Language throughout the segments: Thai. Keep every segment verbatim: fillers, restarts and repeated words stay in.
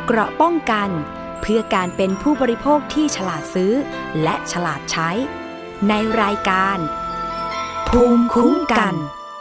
เกราะป้องกันเพื่อการเป็นผู้บริโภคที่ฉลาดซื้อและฉลาดใช้ในรายการภูมิคุ้มกัน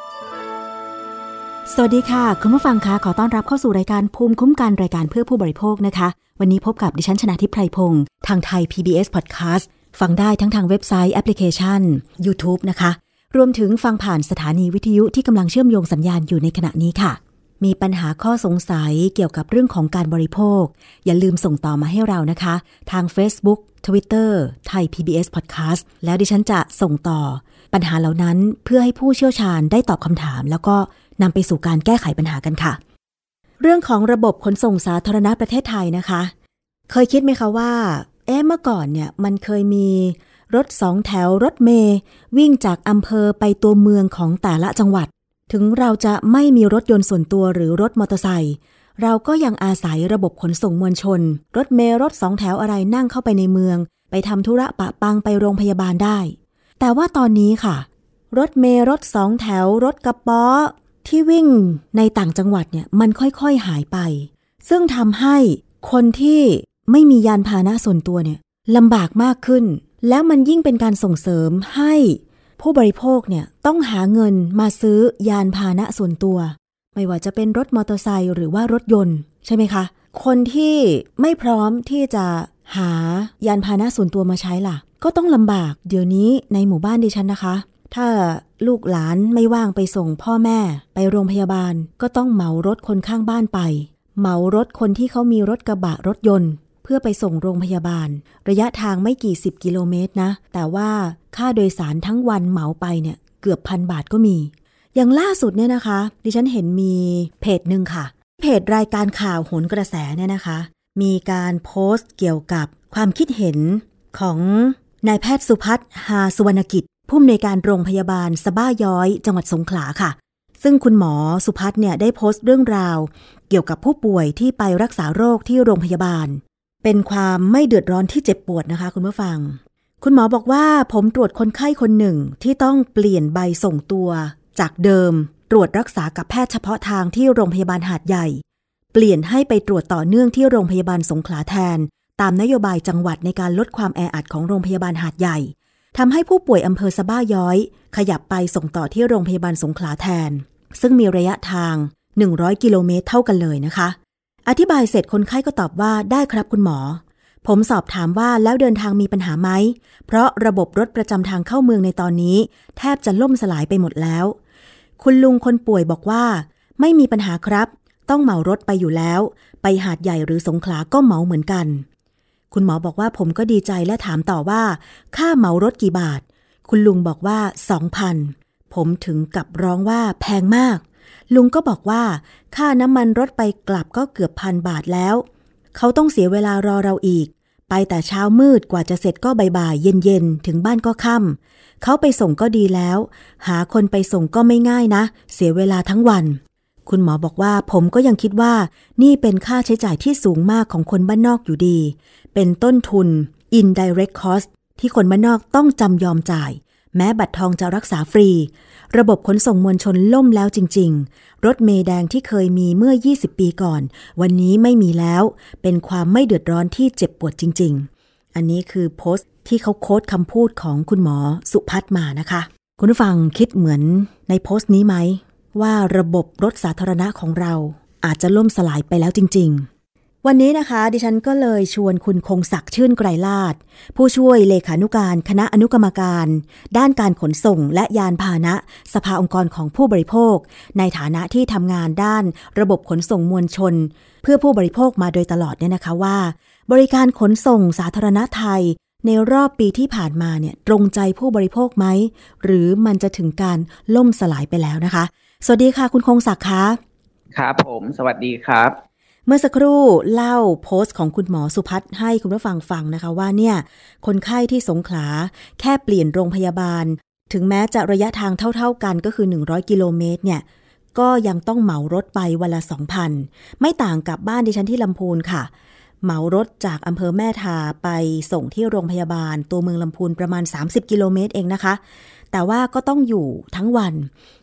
สวัสดีค่ะคุณผู้ฟังคะขอต้อนรับเข้าสู่รายการภูมิคุ้มกันรายการเพื่อผู้บริโภคนะคะวันนี้พบกับดิฉันชนาธิปไพรพงศ์ทางไทย พี บี เอส Podcast ฟังได้ทั้งทางเว็บไซต์แอปพลิเคชัน YouTube นะคะรวมถึงฟังผ่านสถานีวิทยุที่กำลังเชื่อมโยงสัญญาณอยู่ในขณะนี้ค่ะมีปัญหาข้อสงสัยเกี่ยวกับเรื่องของการบริโภคอย่าลืมส่งต่อมาให้เรานะคะทาง Facebook Twitter ไทย พี บี เอส Podcast แล้วดิฉันจะส่งต่อปัญหาเหล่านั้นเพื่อให้ผู้เชี่ยวชาญได้ตอบคำถามแล้วก็นำไปสู่การแก้ไขปัญหากันค่ะเรื่องของระบบขนส่งสาธารณะประเทศไทยนะคะเคยคิดไหมคะว่าเอ๊ะเมื่อก่อนเนี่ยมันเคยมีรถสองแถวรถเมล์วิ่งจากอำเภอไปตัวเมืองของแต่ละจังหวัดถึงเราจะไม่มีรถยนต์ส่วนตัวหรือรถมอเตอร์ไซค์เราก็ยังอาศัยระบบขนส่งมวลชนรถเมล์รถสองแถวอะไรนั่งเข้าไปในเมืองไปทำธุระปะปังไปโรงพยาบาลได้แต่ว่าตอนนี้ค่ะรถเมล์รถสองแถวรถกระป๋อที่วิ่งในต่างจังหวัดเนี่ยมันค่อยๆหายไปซึ่งทำให้คนที่ไม่มียานพาหนะส่วนตัวเนี่ยลำบากมากขึ้นแล้วมันยิ่งเป็นการส่งเสริมให้ผู้บริโภคเนี่ยต้องหาเงินมาซื้อยานพาหนะส่วนตัวไม่ว่าจะเป็นรถมอเตอร์ไซค์หรือว่ารถยนต์ใช่ไหมคะคนที่ไม่พร้อมที่จะหายานพาหนะส่วนตัวมาใช้ล่ะก็ต้องลำบากเดี๋ยวนี้ในหมู่บ้านดิฉันนะคะถ้าลูกหลานไม่ว่างไปส่งพ่อแม่ไปโรงพยาบาลก็ต้องเหมารถคนข้างบ้านไปเหมารถคนที่เขามีรถกระบะรถยนต์เพื่อไปส่งโรงพยาบาลระยะทางไม่กี่สิบกิโลเมตรนะแต่ว่าค่าโดยสารทั้งวันเหมาไปเนี่ยเกือบพันบาทก็มีอย่างล่าสุดเนี่ยนะคะดิฉันเห็นมีเพจหนึ่งค่ะเพจรายการข่าวโหนกระแสเนี่ยนะคะมีการโพสต์เกี่ยวกับความคิดเห็นของนายแพทย์สุพัฒน์ หาสุวรรณกิจผู้อำนวยการโรงพยาบาลสะบ้าย้อยจังหวัดสงขลาค่ะซึ่งคุณหมอสุพัฒน์เนี่ยได้โพสต์เรื่องราวเกี่ยวกับผู้ป่วยที่ไปรักษาโรคที่โรงพยาบาลเป็นความไม่เดือดร้อนที่เจ็บปวดนะคะคุณผู้ฟังคุณหมอบอกว่าผมตรวจคนไข้คนหนึ่งที่ต้องเปลี่ยนใบส่งตัวจากเดิมตรวจรักษากับแพทย์เฉพาะทางที่โรงพยาบาลหาดใหญ่เปลี่ยนให้ไปตรวจต่อเนื่องที่โรงพยาบาลสงขลาแทนตามนโยบายจังหวัดในการลดความแออัดของโรงพยาบาลหาดใหญ่ทำให้ผู้ป่วยอำเภอสะบ้าย้อยขยับไปส่งต่อที่โรงพยาบาลสงขลาแทนซึ่งมีระยะทางหนึ่งร้อยกิโลเมตรเท่ากันเลยนะคะอธิบายเสร็จคนไข้ก็ตอบว่าได้ครับคุณหมอผมสอบถามว่าแล้วเดินทางมีปัญหาไหมเพราะระบบรถประจำทางเข้าเมืองในตอนนี้แทบจะล่มสลายไปหมดแล้วคุณลุงคนป่วยบอกว่าไม่มีปัญหาครับต้องเหมารถไปอยู่แล้วไปหาดใหญ่หรือสงขลาก็เหมาเหมือนกันคุณหมอบอกว่าผมก็ดีใจและถามต่อว่าค่าเหมารถกี่บาทคุณลุงบอกว่า สองพัน ผมถึงกับร้องว่าแพงมากลุงก็บอกว่าค่าน้ำมันรถไปกลับก็เกือบพันบาทแล้วเขาต้องเสียเวลารอเราอีกไปแต่เช้ามืดกว่าจะเสร็จก็บ่ายๆเย็นๆถึงบ้านก็ค่ำเขาไปส่งก็ดีแล้วหาคนไปส่งก็ไม่ง่ายนะเสียเวลาทั้งวันคุณหมอบอกว่าผมก็ยังคิดว่านี่เป็นค่าใช้จ่ายที่สูงมากของคนบ้านนอกอยู่ดีเป็นต้นทุน indirect cost ที่คนบ้านนอกต้องจำยอมจ่ายแม้บัตรทองจะรักษาฟรีระบบขนส่งมวลชนล่มแล้วจริงๆรถเมล์แดงที่เคยมีเมื่อยี่สิบปีก่อนวันนี้ไม่มีแล้วเป็นความไม่เดือดร้อนที่เจ็บปวดจริงๆอันนี้คือโพสต์ที่เขาโค้ดคำพูดของคุณหมอสุพัฒน์มานะคะคุณผู้ฟังคิดเหมือนในโพสต์นี้ไหมว่าระบบรถสาธารณะของเราอาจจะล่มสลายไปแล้วจริงๆวันนี้นะคะดิฉันก็เลยชวนคุณคงศักดิ์ชื่นไกรลาภผู้ช่วยเลขานุการคณะอนุกรรมการด้านการขนส่งและยานพาหนะสภาองค์กรของผู้บริโภคในฐานะที่ทำงานด้านระบบขนส่งมวลชนเพื่อผู้บริโภคมาโดยตลอดเนี่ยนะคะว่าบริการขนส่งสาธารณะไทยในรอบปีที่ผ่านมาเนี่ยตรงใจผู้บริโภคไหมหรือมันจะถึงการล่มสลายไปแล้วนะคะสวัสดีค่ะคุณคงศักดิ์คะครับผมสวัสดีครับเมื่อสักครู่เล่าโพสต์ของคุณหมอสุพัฒน์ให้คุณผู้ฟังฟังนะคะว่าเนี่ยคนไข้ที่สงขลาแค่เปลี่ยนโรงพยาบาลถึงแม้จะระยะทางเท่าๆกันก็คือหนึ่งร้อยกิโลเมตรเนี่ยก็ยังต้องเหมารถไปวันละ สองพัน ไม่ต่างกับบ้านดิฉันที่ลำพูนค่ะเหมารถจากอำเภอแม่ทาไปส่งที่โรงพยาบาลตัวเมืองลำพูนประมาณสามสิบกิโลเมตรเองนะคะแต่ว่าก็ต้องอยู่ทั้งวัน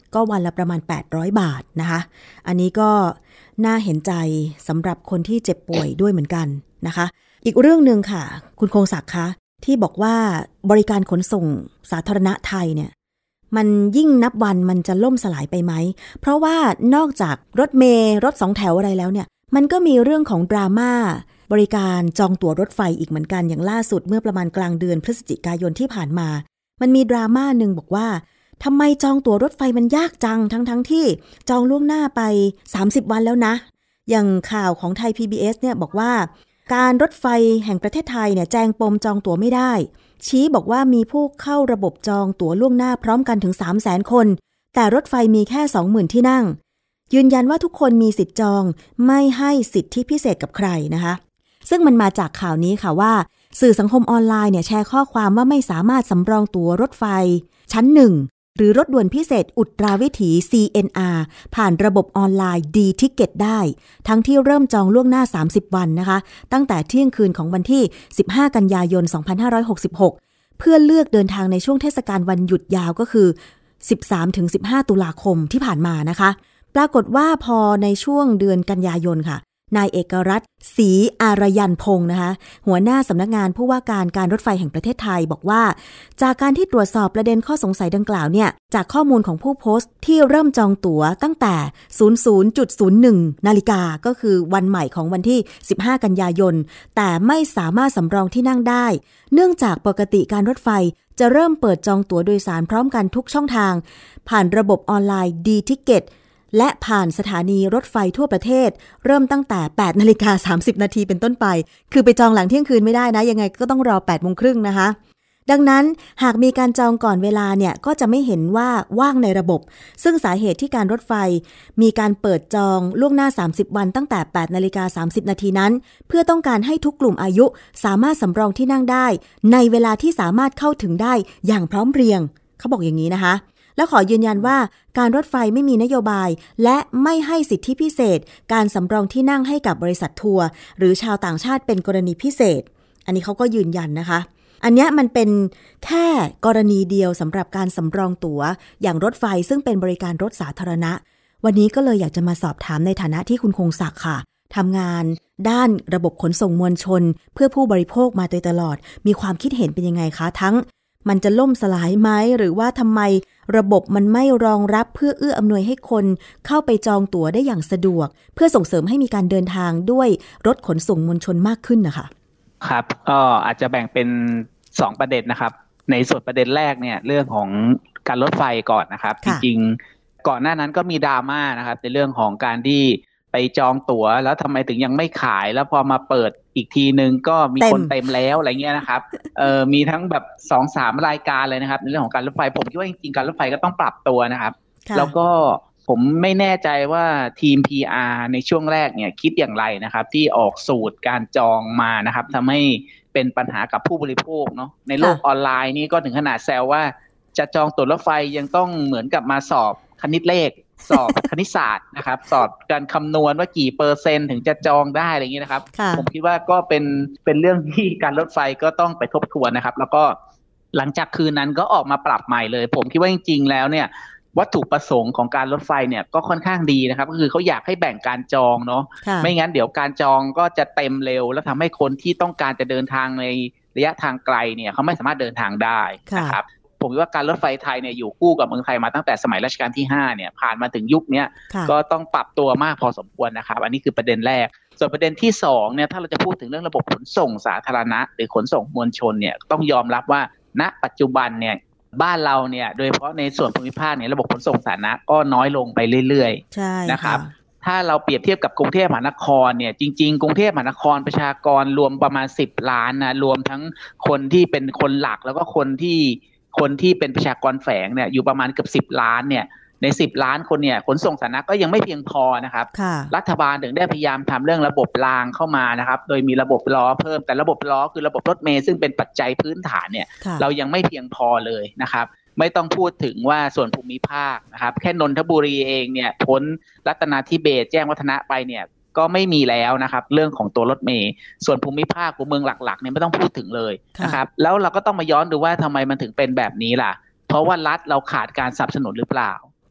ก็วันละประมาณแปดร้อยบาทนะคะอันนี้ก็น่าเห็นใจสำหรับคนที่เจ็บป่วยด้วยเหมือนกันนะคะอีกเรื่องนึงค่ะคุณคงศักดิ์คะที่บอกว่าบริการขนส่งสาธารณะไทยเนี่ยมันยิ่งนับวันมันจะล่มสลายไปไหมเพราะว่านอกจากรถเมล์รถสองแถวอะไรแล้วเนี่ยมันก็มีเรื่องของดราม่าบริการจองตั๋วรถไฟอีกเหมือนกันอย่างล่าสุดเมื่อประมาณกลางเดือนพฤศจิกายนที่ผ่านมามันมีดราม่านึงบอกว่าทำไมจองตั๋วรถไฟมันยากจังทั้งๆ ท, ที่จองล่วงหน้าไปสามสิบวันแล้วนะอย่างข่าวของไทย พี บี เอส เนี่ยบอกว่าการรถไฟแห่งประเทศไทยเนี่ยแจงปมจองตั๋วไม่ได้ชี้บอกว่ามีผู้เข้าระบบจองตั๋วล่วงหน้าพร้อมกันถึง สามแสน คนแต่รถไฟมีแค่ สองหมื่น ที่นั่งยืนยันว่าทุกคนมีสิทธิ์จองไม่ให้สิทธิพิเศษกับใครนะคะซึ่งมันมาจากข่าวนี้ค่ะว่าสื่อสังคมออนไลน์เนี่ยแชร์ข้อความว่าไม่สามารถสำรองตั๋วรถไฟชั้นหนึ่งหรือรถด่วนพิเศษอุตราวิถี ซี เอ็น อาร์ ผ่านระบบออนไลน์ D-Ticket ได้ทั้งที่เริ่มจองล่วงหน้าสามสิบวันนะคะตั้งแต่เที่ยงคืนของวันที่สิบห้ากันยายนสองพันห้าร้อยหกสิบหกเพื่อเลือกเดินทางในช่วงเทศกาลวันหยุดยาวก็คือ สิบสามถึงสิบห้า ตุลาคมที่ผ่านมานะคะปรากฏว่าพอในช่วงเดือนกันยายนค่ะนายเอกรัตน์ศรีอารยันพงศ์นะคะหัวหน้าสำนักงานผู้ว่าการการรถไฟแห่งประเทศไทยบอกว่าจากการที่ตรวจสอบประเด็นข้อสงสัยดังกล่าวเนี่ยจากข้อมูลของผู้โพสต์ที่เริ่มจองตั๋วตั้งแต่ ศูนย์ ศูนย์ ศูนย์ หนึ่ง นาฬิกาก็คือวันใหม่ของวันที่สิบห้ากันยายนแต่ไม่สามารถสำรองที่นั่งได้เนื่องจากปกติการรถไฟจะเริ่มเปิดจองตั๋วโดยสารพร้อมกันทุกช่องทางผ่านระบบออนไลน์ D-Ticketและผ่านสถานีรถไฟทั่วประเทศเริ่มตั้งแต่ แปดนาฬิกาสามสิบนาทีเป็นต้นไปคือไปจองหลังเที่ยงคืนไม่ได้นะยังไงก็ต้องรอ แปดโมงครึ่งนะคะดังนั้นหากมีการจองก่อนเวลาเนี่ยก็จะไม่เห็นว่าว่างในระบบซึ่งสาเหตุที่การรถไฟมีการเปิดจองล่วงหน้าสามสิบวันตั้งแต่ แปดนาฬิกาสามสิบนาทีนั้นเพื่อต้องการให้ทุกกลุ่มอายุสามารถสำรองที่นั่งได้ในเวลาที่สามารถเข้าถึงได้อย่างพร้อมเพรียงเขาบอกอย่างนี้นะคะและขอยืนยันว่าการรถไฟไม่มีนโยบายและไม่ให้สิทธิพิเศษการสำรองที่นั่งให้กับบริษัททัวร์หรือชาวต่างชาติเป็นกรณีพิเศษอันนี้เขาก็ยืนยันนะคะอันนี้มันเป็นแค่กรณีเดียวสำหรับการสำรองตั๋วอย่างรถไฟซึ่งเป็นบริการรถสาธารณะวันนี้ก็เลยอยากจะมาสอบถามในฐานะที่คุณคงศักดิ์ค่ะทำงานด้านระบบขนส่งมวลชนเพื่อผู้บริโภคมาโดยตลอดมีความคิดเห็นเป็นยังไงคะทั้งมันจะล่มสลายไหมหรือว่าทำไมระบบมันไม่รองรับเพื่อเอื้ออำนวยให้คนเข้าไปจองตั๋วได้อย่างสะดวกเพื่อส่งเสริมให้มีการเดินทางด้วยรถขนส่งมวลชนมากขึ้นนะคะครับก็อาจจะแบ่งเป็นสองประเด็นนะครับในส่วนประเด็นแรกเนี่ยเรื่องของการรถไฟก่อนนะครับจริงๆก่อนหน้านั้นก็มีดราม่านะครับในเรื่องของการที่ไปจองตั๋วแล้วทำไมถึงยังไม่ขายแล้วพอมาเปิดอีกทีนึงก็มีคนเต็มแล้วอะไรเงี้ยนะครับเออมีทั้งแบบ สองสาม รายการเลยนะครับในเรื่องของการรถไฟผมคิดว่าจริงๆการรถไฟก็ต้องปรับตัวนะครับแล้วก็ผมไม่แน่ใจว่าทีม พี อาร์ ในช่วงแรกเนี่ยคิดอย่างไรนะครับที่ออกสูตรการจองมานะครับทำให้เป็นปัญหากับผู้บริโภคเนาะในโลกออนไลน์นี่ก็ถึงขนาดแซวว่าจะจองตั๋วรถไฟยังต้องเหมือนกับมาสอบคณิตเลขสอบคณิตศาสตร์นะครับสอบการคำนวณว่ากี่เปอร์เซ็นต์ถึงจะจองได้อะไรอย่างนี้นะครับผมคิดว่าก็เป็นเป็นเรื่องที่การรถไฟก็ต้องไปทบทวนนะครับแล้วก็หลังจากคืนนั้นก็ออกมาปรับใหม่เลยผมคิดว่าจริงๆแล้วเนี่ยวัตถุประสงค์ของการรถไฟเนี่ยก็ค่อนข้างดีนะครับก็คือเขาอยากให้แบ่งการจองเนาะไม่งั้นเดี๋ยวการจองก็จะเต็มเร็วแล้วทำให้คนที่ต้องการจะเดินทางในระยะทางไกลเนี่ยเขาไม่สามารถเดินทางได้นะครับผมว่าการรถไฟไทยเนี่ยอยู่คู่กับเมืองไทยมาตั้งแต่สมัยรัชกาลที่ห้าเนี่ยผ่านมาถึงยุคนี้ก็ต้องปรับตัวมากพอสมควรนะครับอันนี้คือประเด็นแรกส่วนประเด็นที่สองเนี่ยถ้าเราจะพูดถึงเรื่องระบบขนส่งสาธารณะหรือขนส่งมวลชนเนี่ยต้องยอมรับว่าณปัจจุบันเนี่ยบ้านเราเนี่ยโดยเฉพาะในส่วนภูมิภาคเนี่ยระบบขนส่งสาธารณะก็น้อยลงไปเรื่อยๆนะครับถ้าเราเปรียบเทียบกับกรุงเทพมหานครเนี่ยจริงๆกรุงเทพมหานครประชากรรวมประมาณสิบล้านนะรวมทั้งคนที่เป็นคนหลักแล้วก็คนที่คนที่เป็นประชากรแฝงเนี่ยอยู่ประมาณเกือบสิบล้านเนี่ยในสิบล้านคนเนี่ยขนส่งสาธารณะก็ยังไม่เพียงพอนะครับรัฐบาลถึงได้พยายามทำเรื่องระบบรางเข้ามานะครับโดยมีระบบล้อเพิ่มแต่ระบบล้อคือระบบรถเมล์ซึ่งเป็นปัจจัยพื้นฐานเนี่ยเรายังไม่เพียงพอเลยนะครับไม่ต้องพูดถึงว่าส่วนภูมิภาคนะครับแค่นนทบุรีเองเนี่ยพ้นรัตนาธิเบศร์แจ้งวัฒนะไปเนี่ยก็ไม่มีแล้วนะครับเรื่องของตัวรถเมล์ส่วนภูมิภาคของเมืองหลักๆเนี่ยไม่ต้องพูดถึงเลยนะครับแล้วเราก็ต้องมาย้อนดูว่าทำไมมันถึงเป็นแบบนี้ล่ะเพราะว่ารัฐเราขาดการสนับสนุนหรือเปล่า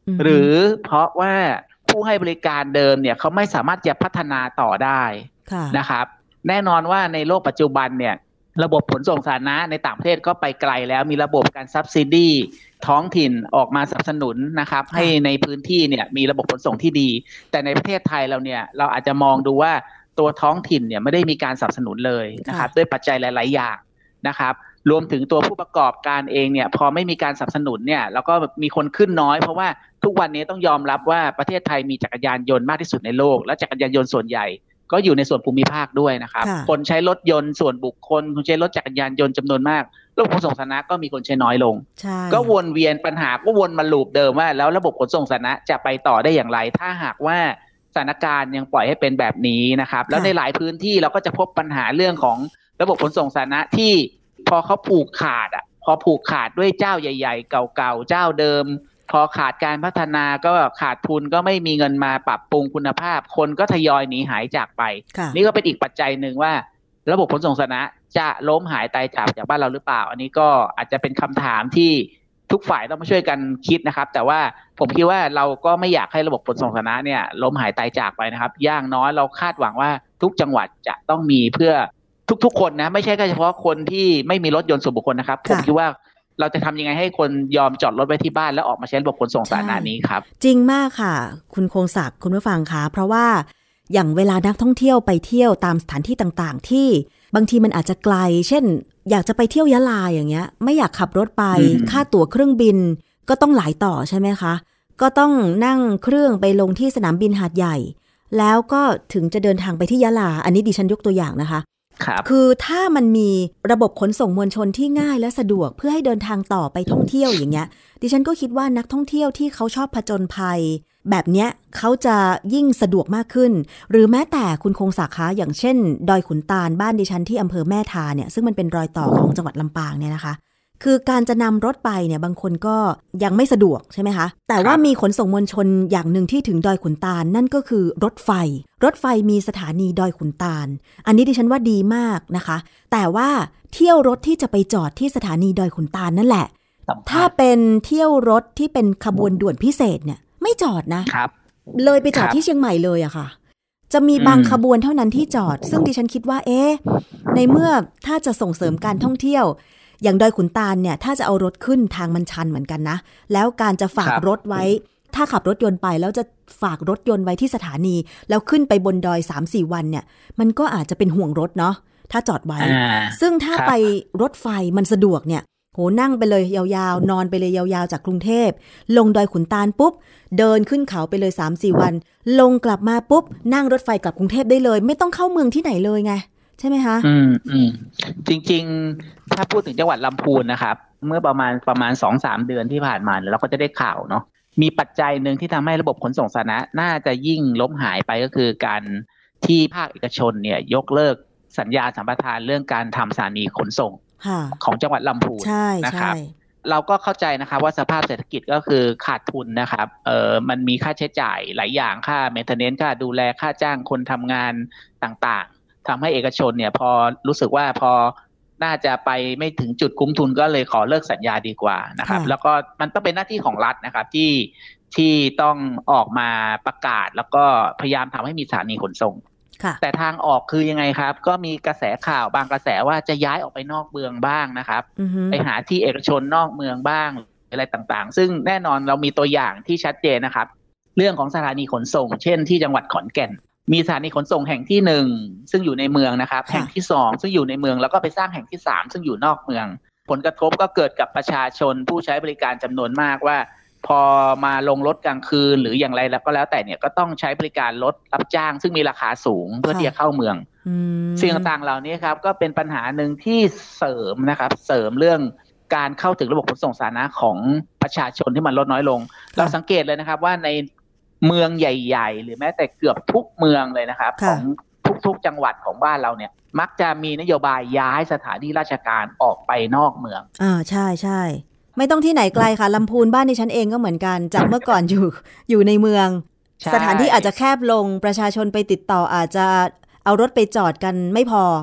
หรือเพราะว่าผู้ให้บริการเดิมเนี่ยเขาไม่สามารถจะพัฒนาต่อได้นะครับแน่นอนว่าในโลกปัจจุบันเนี่ยระบบขนส่งสาธารณะในต่างประเทศก็ไปไกลแล้วมีระบบการซับซิดีท้องถิ่นออกมาสนับสนุนนะครับให้ในพื้นที่เนี่ยมีระบบขนส่งที่ดีแต่ในประเทศไทยเราเนี่ยเราอาจจะมองดูว่าตัวท้องถิ่นเนี่ยไม่ได้มีการสนับสนุนเลยนะครับด้วยปัจจัยหลายๆอย่างนะครับรวมถึงตัวผู้ประกอบการเองเนี่ยพอไม่มีการสนับสนุนเนี่ยแล้วก็มีคนขึ้นน้อยเพราะว่าทุกวันนี้ต้องยอมรับว่าประเทศไทยมีจักรยานยนต์มากที่สุดในโลกและจักรยานยนต์ส่วนใหญ่ก็อยู่ในส่วนภูมิภาคด้วยนะครับคนใช้รถยนต์ส่วนบุคคลคนใช้รถจักรยานยนต์จำนวนมากระบบขนส่งสาธารณะก็มีคนใช้น้อยลงก็วนเวียนปัญหาก็วนมาลูปเดิมว่าแล้วระบบขนส่งสาธารณะจะไปต่อได้อย่างไรถ้าหากว่าสถานการณ์ยังปล่อยให้เป็นแบบนี้นะครับแล้วในหลายพื้นที่เราก็จะพบปัญหาเรื่องของระบบขนส่งสาธารณะที่พอเขาผูกขาดอ่ะพอผูกขาดด้วยเจ้าใหญ่ๆเก่าๆเจ้าเดิมพอขาดการพัฒนาก็ขาดทุนก็ไม่มีเงินมาปรับปรุงคุณภาพคนก็ทยอยหนีหายจากไปนี่ก็เป็นอีกปัจจัยหนึ่งว่าระบบขนส่งสาธารณะจะล้มหายตายจากจากบ้านเราหรือเปล่าอันนี้ก็อาจจะเป็นคำถามที่ทุกฝ่ายต้องมาช่วยกันคิดนะครับแต่ว่าผมคิดว่าเราก็ไม่อยากให้ระบบขนส่งสาธารณะเนี่ยล้มหายตายจากไปนะครับอย่างน้อยเราคาดหวังว่าทุกจังหวัดจะต้องมีเพื่อทุกๆคนนะไม่ใช่แค่เฉพาะคนที่ไม่มีรถยนต์ส่วนบุคคลนะครับผมคิดว่าเราจะทำยังไงให้คนยอมจอดรถไว้ที่บ้านแล้วออกมาใช้ระบบขนส่งสาธารณะนี้ครับจริงมากค่ะคุณคงศักดิ์คุณผู้ฟังคะเพราะว่าอย่างเวลานักท่องเที่ยวไปเที่ยวตามสถานที่ต่างๆที่บางทีมันอาจจะไกลเช่นอยากจะไปเที่ยวยะลาอย่างเงี้ยไม่อยากขับรถไปค่าตั๋วเครื่องบินก็ต้องหลายต่อใช่ไหมคะก็ต้องนั่งเครื่องไปลงที่สนามบินหาดใหญ่แล้วก็ถึงจะเดินทางไปที่ยะลาอันนี้ดิฉันยกตัวอย่างนะคะคือถ้ามันมีระบบขนส่งมวลชนที่ง่ายและสะดวกเพื่อให้เดินทางต่อไปท่องเที่ยวอย่างเงี้ยดิฉันก็คิดว่านักท่องเที่ยวที่เขาชอบผจญภัยแบบเนี้ยเขาจะยิ่งสะดวกมากขึ้นหรือแม้แต่คุณคงศักดิ์คะอย่างเช่นดอยขุนตาลบ้านดิฉันที่อำเภอแม่ทาเนี่ยซึ่งมันเป็นรอยต่อของจังหวัดลำปางเนี่ยนะคะคือการจะนำรถไปเนี่ยบางคนก็ยังไม่สะดวกใช่ไหมคะแต่ว่ามีขนส่งมวลชนอย่างหนึ่งที่ถึงดอยขุนตาลนั่นก็คือรถไฟรถไฟมีสถานีดอยขุนตาลอันนี้ดิฉันว่าดีมากนะคะแต่ว่าเที่ยวรถที่จะไปจอดที่สถานีดอยขุนตาลนั่นแหละถ้าเป็นเที่ยวรถที่เป็นขบวนด่วนพิเศษเนี่ยไม่จอดนะครับเลยไปจอดที่เชียงใหม่เลยอะค่ะจะมีบางขบวนเท่านั้นที่จอดซึ่งดิฉันคิดว่าเอ๊ะในเมื่อถ้าจะส่งเสริมการท่องเที่ยวอย่างดอยขุนตาลเนี่ยถ้าจะเอารถขึ้นทางมันชันเหมือนกันนะแล้วการจะฝากรถไว้ถ้าขับรถยนต์ไปแล้วจะฝากรถยนต์ไว้ที่สถานีแล้วขึ้นไปบนดอย สามสี่ วันเนี่ยมันก็อาจจะเป็นห่วงรถเนาะถ้าจอดไว้ซึ่งถ้าไปรถไฟมันสะดวกเนี่ยโหนั่งไปเลยยาวๆนอนไปเลยยาวๆจากกรุงเทพลงดอยขุนตาลปุ๊บเดินขึ้นเขาไปเลย สามสี่ วันลงกลับมาปุ๊บนั่งรถไฟกลับกรุงเทพได้เลยไม่ต้องเข้าเมืองที่ไหนเลยไงใช่ไหมคะอืมอืมจริงๆถ้าพูดถึงจังหวัดลำพูนนะครับเมื่อประมาณประมาณ สองสาม เดือนที่ผ่านมาเราก็จะได้ข่าวเนาะมีปัจจัยหนึ่งที่ทำให้ระบบขนส่งสาธารณะน่าจะยิ่งล้มหายไปก็คือการที่ภาคเอกชนเนี่ยยกเลิกสัญญาสัมปทานเรื่องการทำสถานีขนส่งของจังหวัดลำพูนนะครับเราก็เข้าใจนะครับว่าสภาพเศรษฐกิจก็คือขาดทุนนะครับเออมันมีค่าใช้จ่ายหลายอย่างค่าเมนเทนเนนซ์ค่าดูแลค่าจ้างคนทำงานต่างๆทำให้เอกชนเนี่ยพอรู้สึกว่าพอน่าจะไปไม่ถึงจุดคุ้มทุนก็เลยขอเลิกสัญญาดีกว่านะครับแล้วก็มันต้องเป็นหน้าที่ของรัฐนะครับที่ที่ต้องออกมาประกาศแล้วก็พยายามทำให้มีสถานีขนส่งแต่ทางออกคือยังไงครับก็มีกระแสข่าวบางกระแสว่าจะย้ายออกไปนอกเมืองบ้างนะครับ uh-huh. ไปหาที่เอกชนนอกเมืองบ้างอะไรต่างๆซึ่งแน่นอนเรามีตัวอย่างที่ชัดเจนนะครับเรื่องของสถานีขนส่งเช่นที่จังหวัดขอนแก่นมีสถานีขนส่งแห่งที่หนึ่งซึ่งอยู่ในเมืองนะครับแห่งที่สองซึ่งอยู่ในเมืองแล้วก็ไปสร้างแห่งที่สามซึ่งอยู่นอกเมืองผลกระทบก็เกิดกับประชาชนผู้ใช้บริการจำนวนมากว่าพอมาลงรถกลางคืนหรืออย่างไรแล้วก็แล้วแต่เนี่ยก็ต้องใช้บริการรถรับจ้างซึ่งมีราคาสูงเพื่อที่จะเข้าเมืองสิ่งต่างๆเหล่านี้ครับก็เป็นปัญหาหนึ่งที่เสริมนะครับเสริมเรื่องการเข้าถึงระบบขนส่งสาธารณะของประชาชนที่มันลดน้อยลงเราสังเกตเลยนะครับว่าในเมืองใหญ่ๆหรือแม้แต่เกือบทุกเมืองเลยนะครับของทุกๆจังหวัดของบ้านเราเนี่ยมักจะมีนโยบายย้ายสถานที่ราชการออกไปนอกเมืองอ่าใช่ใช่ไม่ต้องที่ไหนไกลค่ะลำพูนบ้านดิฉันเองก็เหมือนกันจากเมื่อก่อนอยู่อยู่ในเมืองสถานที่อาจจะแคบลงประชาชนไปติดต่ออาจจะเอารถไปจอดกันไม่พอ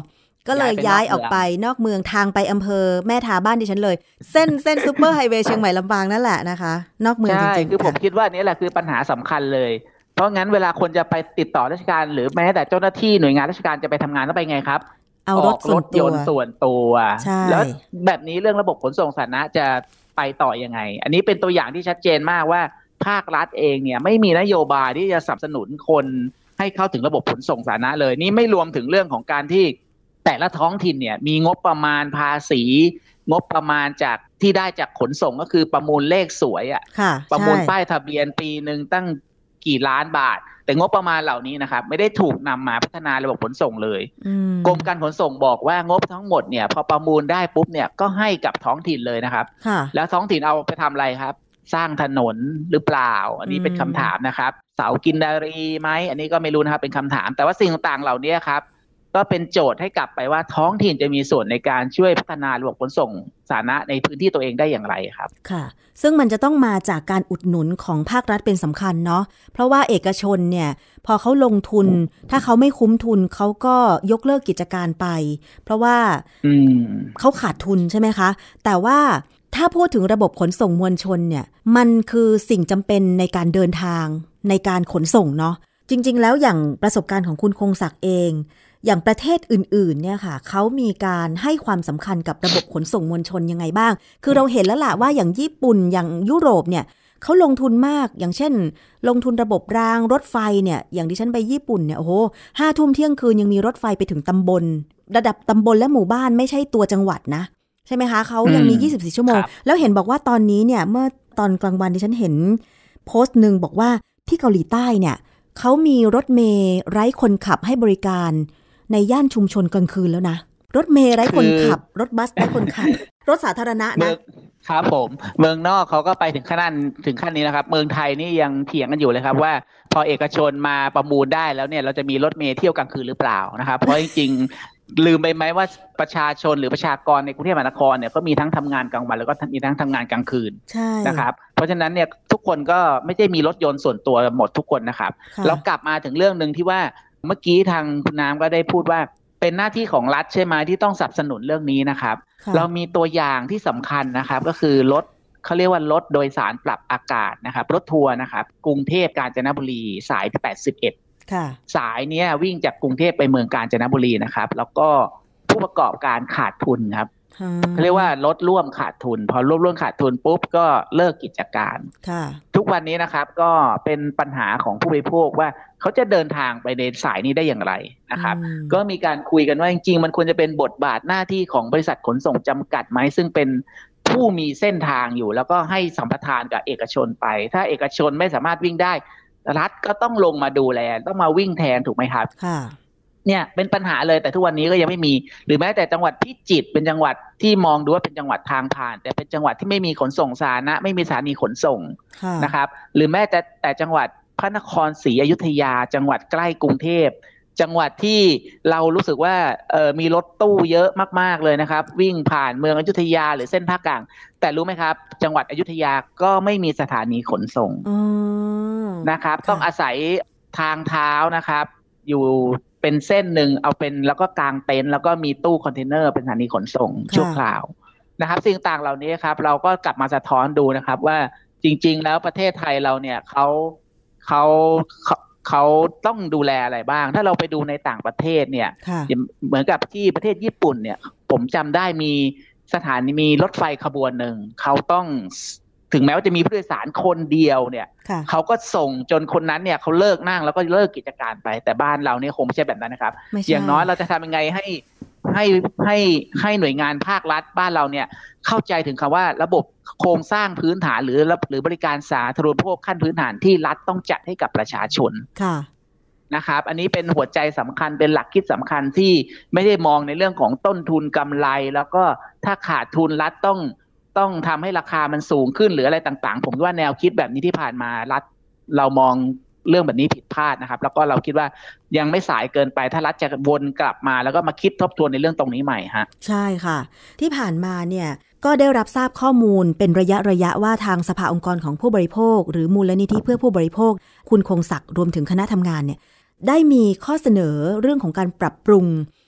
ก็เลยย้ายออกไปนอกเมืองทางไปอำเภอแม่ทาบ้านดิฉันเลยเส้นเส้นซูเปอร์ไฮเวย์เชียงใหม่ลำปางนั่นแหละนะคะนอกเมืองจริงๆใช่คือผมคิดว่านี่แหละคือปัญหาสำคัญเลยเพราะงั้นเวลาคนจะไปติดต่อราชการหรือแม้แต่เจ้าหน้าที่หน่วยงานราชการจะไปทำงานต้องไปไงครับเอารถรถยนต์ส่วนตัวแล้วแบบนี้เรื่องระบบขนส่งสาธารณะจะไปต่อยังไงอันนี้เป็นตัวอย่างที่ชัดเจนมากว่าภาครัฐเองเนี่ยไม่มีนโยบายที่จะสนับสนุนคนให้เข้าถึงระบบขนส่งสาธารณะเลยนี่ไม่รวมถึงเรื่องของการที่แต่ละท้องถิ่นเนี่ยมีงบประมาณภาษีงบประมาณจากที่ได้จากขนส่งก็คือประมูลเลขสวยอ่ะประมูลป้ายทะเบียนปีนึงตั้งกี่ล้านบาทแต่งบประมาณเหล่านี้นะครับไม่ได้ถูกนำมาพัฒนาระบบขนส่งเลยกรมการขนส่งบอกว่างบทั้งหมดเนี่ยพอประมูลได้ปุ๊บเนี่ยก็ให้กับท้องถิ่นเลยนะครับแล้วท้องถิ่นเอาไปทำอะไรครับสร้างถนนหรือเปล่าอันนี้เป็นคำถามนะครับเสากินดารีไหมอันนี้ก็ไม่รู้นะครับเป็นคำถามแต่ว่าสิ่งต่างๆเหล่านี้ครับก็เป็นโจทย์ให้กลับไปว่าท้องถิ่นจะมีส่วนในการช่วยพัฒนาระบบขนส่งสาธารณะในพื้นที่ตัวเองได้อย่างไรครับค่ะซึ่งมันจะต้องมาจากการอุดหนุนของภาครัฐเป็นสำคัญเนาะเพราะว่าเอกชนเนี่ยพอเขาลงทุนถ้าเขาไม่คุ้มทุนเขาก็ยกเลิกกิจการไปเพราะว่าเขาขาดทุนใช่ไหมคะแต่ว่าถ้าพูดถึงระบบขนส่งมวลชนเนี่ยมันคือสิ่งจำเป็นในการเดินทางในการขนส่งเนาะจริงๆแล้วอย่างประสบการณ์ของคุณคงศักดิ์เองอย่างประเทศอื่นๆเนี่ยค่ะเขามีการให้ความสำคัญกับระบบขนส่งมวลชนยังไงบ้างคือเราเห็นแล้วล่ะว่าอย่างญี่ปุ่นอย่างยุโรปเนี่ยเขาลงทุนมากอย่างเช่นลงทุนระบบรางรถไฟเนี่ยอย่างที่ฉันไปญี่ปุ่นเนี่ยโอ้โหห้าทุ่มเที่ยงคืนยังมีรถไฟไปถึงตำบลระดับตำบลและหมู่บ้านไม่ใช่ตัวจังหวัดนะใช่ไหมคะเขายังมียี่สิบสี่ชั่วโมงแล้วเห็นบอกว่าตอนนี้เนี่ยเมื่อตอนกลางวันที่ฉันเห็นโพสต์นึงบอกว่าที่เกาหลีใต้เนี่ยเขามีรถเมล์ไร้คนขับให้บริการในย่านชุมชนกลางคืนแล้วนะรถเมล์ไร้คนขับรถบัสไร้คนขับรถสาธารณะนะครับผมเมืองนอกเขาก็ไปถึงขั้นถึงขั้นนี้นะครับเมืองไทยนี่ยังเถียงกันอยู่เลยครับว่าพอเอกชนมาประมูลได้แล้วเนี่ยเราจะมีรถเมล์เที่ยวกลางคืนหรือเปล่านะครับเพราะจริงๆลืมไปไหมว่าประชาชนหรือประชากรในกรุงเทพมหานครเนี่ยก็มีทั้งทำงานกลางวันแล้วก็มีทั้งทำงานกลางคืนนะครับเพราะฉะนั้นเนี่ยทุกคนก็ไม่ได้มีรถยนต์ส่วนตัวหมดทุกคนนะครับแล้วกลับมาถึงเรื่องนึงที่ว่าเมื่อกี้ทางคุณน้ำก็ได้พูดว่าเป็นหน้าที่ของรัฐใช่ไหมที่ต้องสนับสนุนเรื่องนี้นะครับเรามีตัวอย่างที่สำคัญนะครับก็คือรถเขาเรียกว่ารถโดยสารปรับอากาศนะครับรถทัวร์นะครับกรุงเทพกาญจนบุรีสายที่แปดสิบเอ็ดสายเนี้ยวิ่งจากกรุงเทพไปเมืองกาญจนบุรีนะครับแล้วก็ผู้ประกอบการขาดทุนครับเขาเรียกว่ารถร่วมขาดทุนพอร่วมร่วมขาดทุนปุ๊บก็เลิกกิจการทุกวันนี้นะครับก็เป็นปัญหาของผู้บริโภคว่าเขาจะเดินทางไปในสายนี้ได้อย่างไรนะครับก็มีการคุยกันว่าจริงๆมันควรจะเป็นบทบาทหน้าที่ของบริษัทขนส่งจำกัดไหมซึ่งเป็นผู้มีเส้นทางอยู่แล้วก็ให้สัมปทานกับเอกชนไปถ้าเอกชนไม่สามารถวิ่งได้รัฐก็ต้องลงมาดูแลต้องมาวิ่งแทนถูกไหมครับเนี่ยเป็นปัญหาเลยแต่ทุกวันนี้ก็ยังไม่มีหรือแม้แต่จังหวัดพิจิตรเป็นจังหวัดที่มองดูว่าเป็นจังหวัดทางผ่านแต่เป็นจังหวัดที่ไม่มีขนส่งสาธารณะไม่มีสถานีขนส่งนะครับหรือแม้แต่แต่จังหวัดพระนครศรีอยุธยาจังหวัดใกล้กรุงเทพจังหวัดที่เรารู้สึกว่าเออมีรถตู้เยอะมากๆเลยนะครับวิ่งผ่านเมืองอยุธยาหรือเส้นภาคกลางแต่รู้ไหมครับจังหวัดอยุธยาก็ไม่มีสถานีขนส่งนะครับต้องอาศัยทางเท้านะครับอยู่เป็นเส้นหนึ่งเอาเป็นแล้วก็กางเต็นท์แล้วก็มีตู้คอนเทนเนอร์เป็นสถานีขนส่งชั่วคราวนะครับสิ่งต่างเหล่านี้ครับเราก็กลับมาสะท้อนดูนะครับว่าจริงๆแล้วประเทศไทยเราเนี่ยเขาเขาเขาต้องดูแลอะไรบ้างถ้าเราไปดูในต่างประเทศเนี่ยเหมือนกับที่ประเทศญี่ปุ่นเนี่ยผมจำได้มีสถานีมีรถไฟขบวนหนึ่งเขาต้องถึงแม้ว่าจะมีผู้โดยสารคนเดียวเนี่ยเขาก็ส่งจนคนนั้นเนี่ยเขาเลิกนั่งแล้วก็เลิกกิจการไปแต่บ้านเราเนี่ยคงไม่ใช่แบบนั้นนะครับอย่างน้อยเราจะทำยังไงให้ให้ให้ให้หน่วยงานภาครัฐบ้านเราเนี่ยเข้าใจถึงคำว่าระบบโครงสร้างพื้นฐานหรือหรือบริการสาธารณูปโภคขั้นพื้นฐานที่รัฐต้องจัดให้กับประชาชนนะครับอันนี้เป็นหัวใจสำคัญเป็นหลักคิดสำคัญที่ไม่ได้มองในเรื่องของต้นทุนกำไรแล้วก็ถ้าขาดทุนรัฐต้องต้องทำให้ราคามันสูงขึ้นหรืออะไรต่างๆผมว่าแนวคิดแบบนี้ที่ผ่านมารัฐเรามองเรื่องแบบนี้ผิดพลาดนะครับแล้วก็เราคิดว่ายังไม่สายเกินไปถ้ารัฐจะวนกลับมาแล้วก็มาคิดทบทวนในเรื่องตรงนี้ใหม่ฮะใช่ค่ะที่ผ่านมาเนี่ยก็ได้รับทราบข้อมูลเป็นระยะระยะว่าทางสภาองค์กรของผู้บริโภคหรือมูลนิธิเพื่อผู้บริโภคคุณคงศักดิ์รวมถึงคณะทำงานเนี่ยได้มีข้อเสนอเรื่องของการปรับปรุง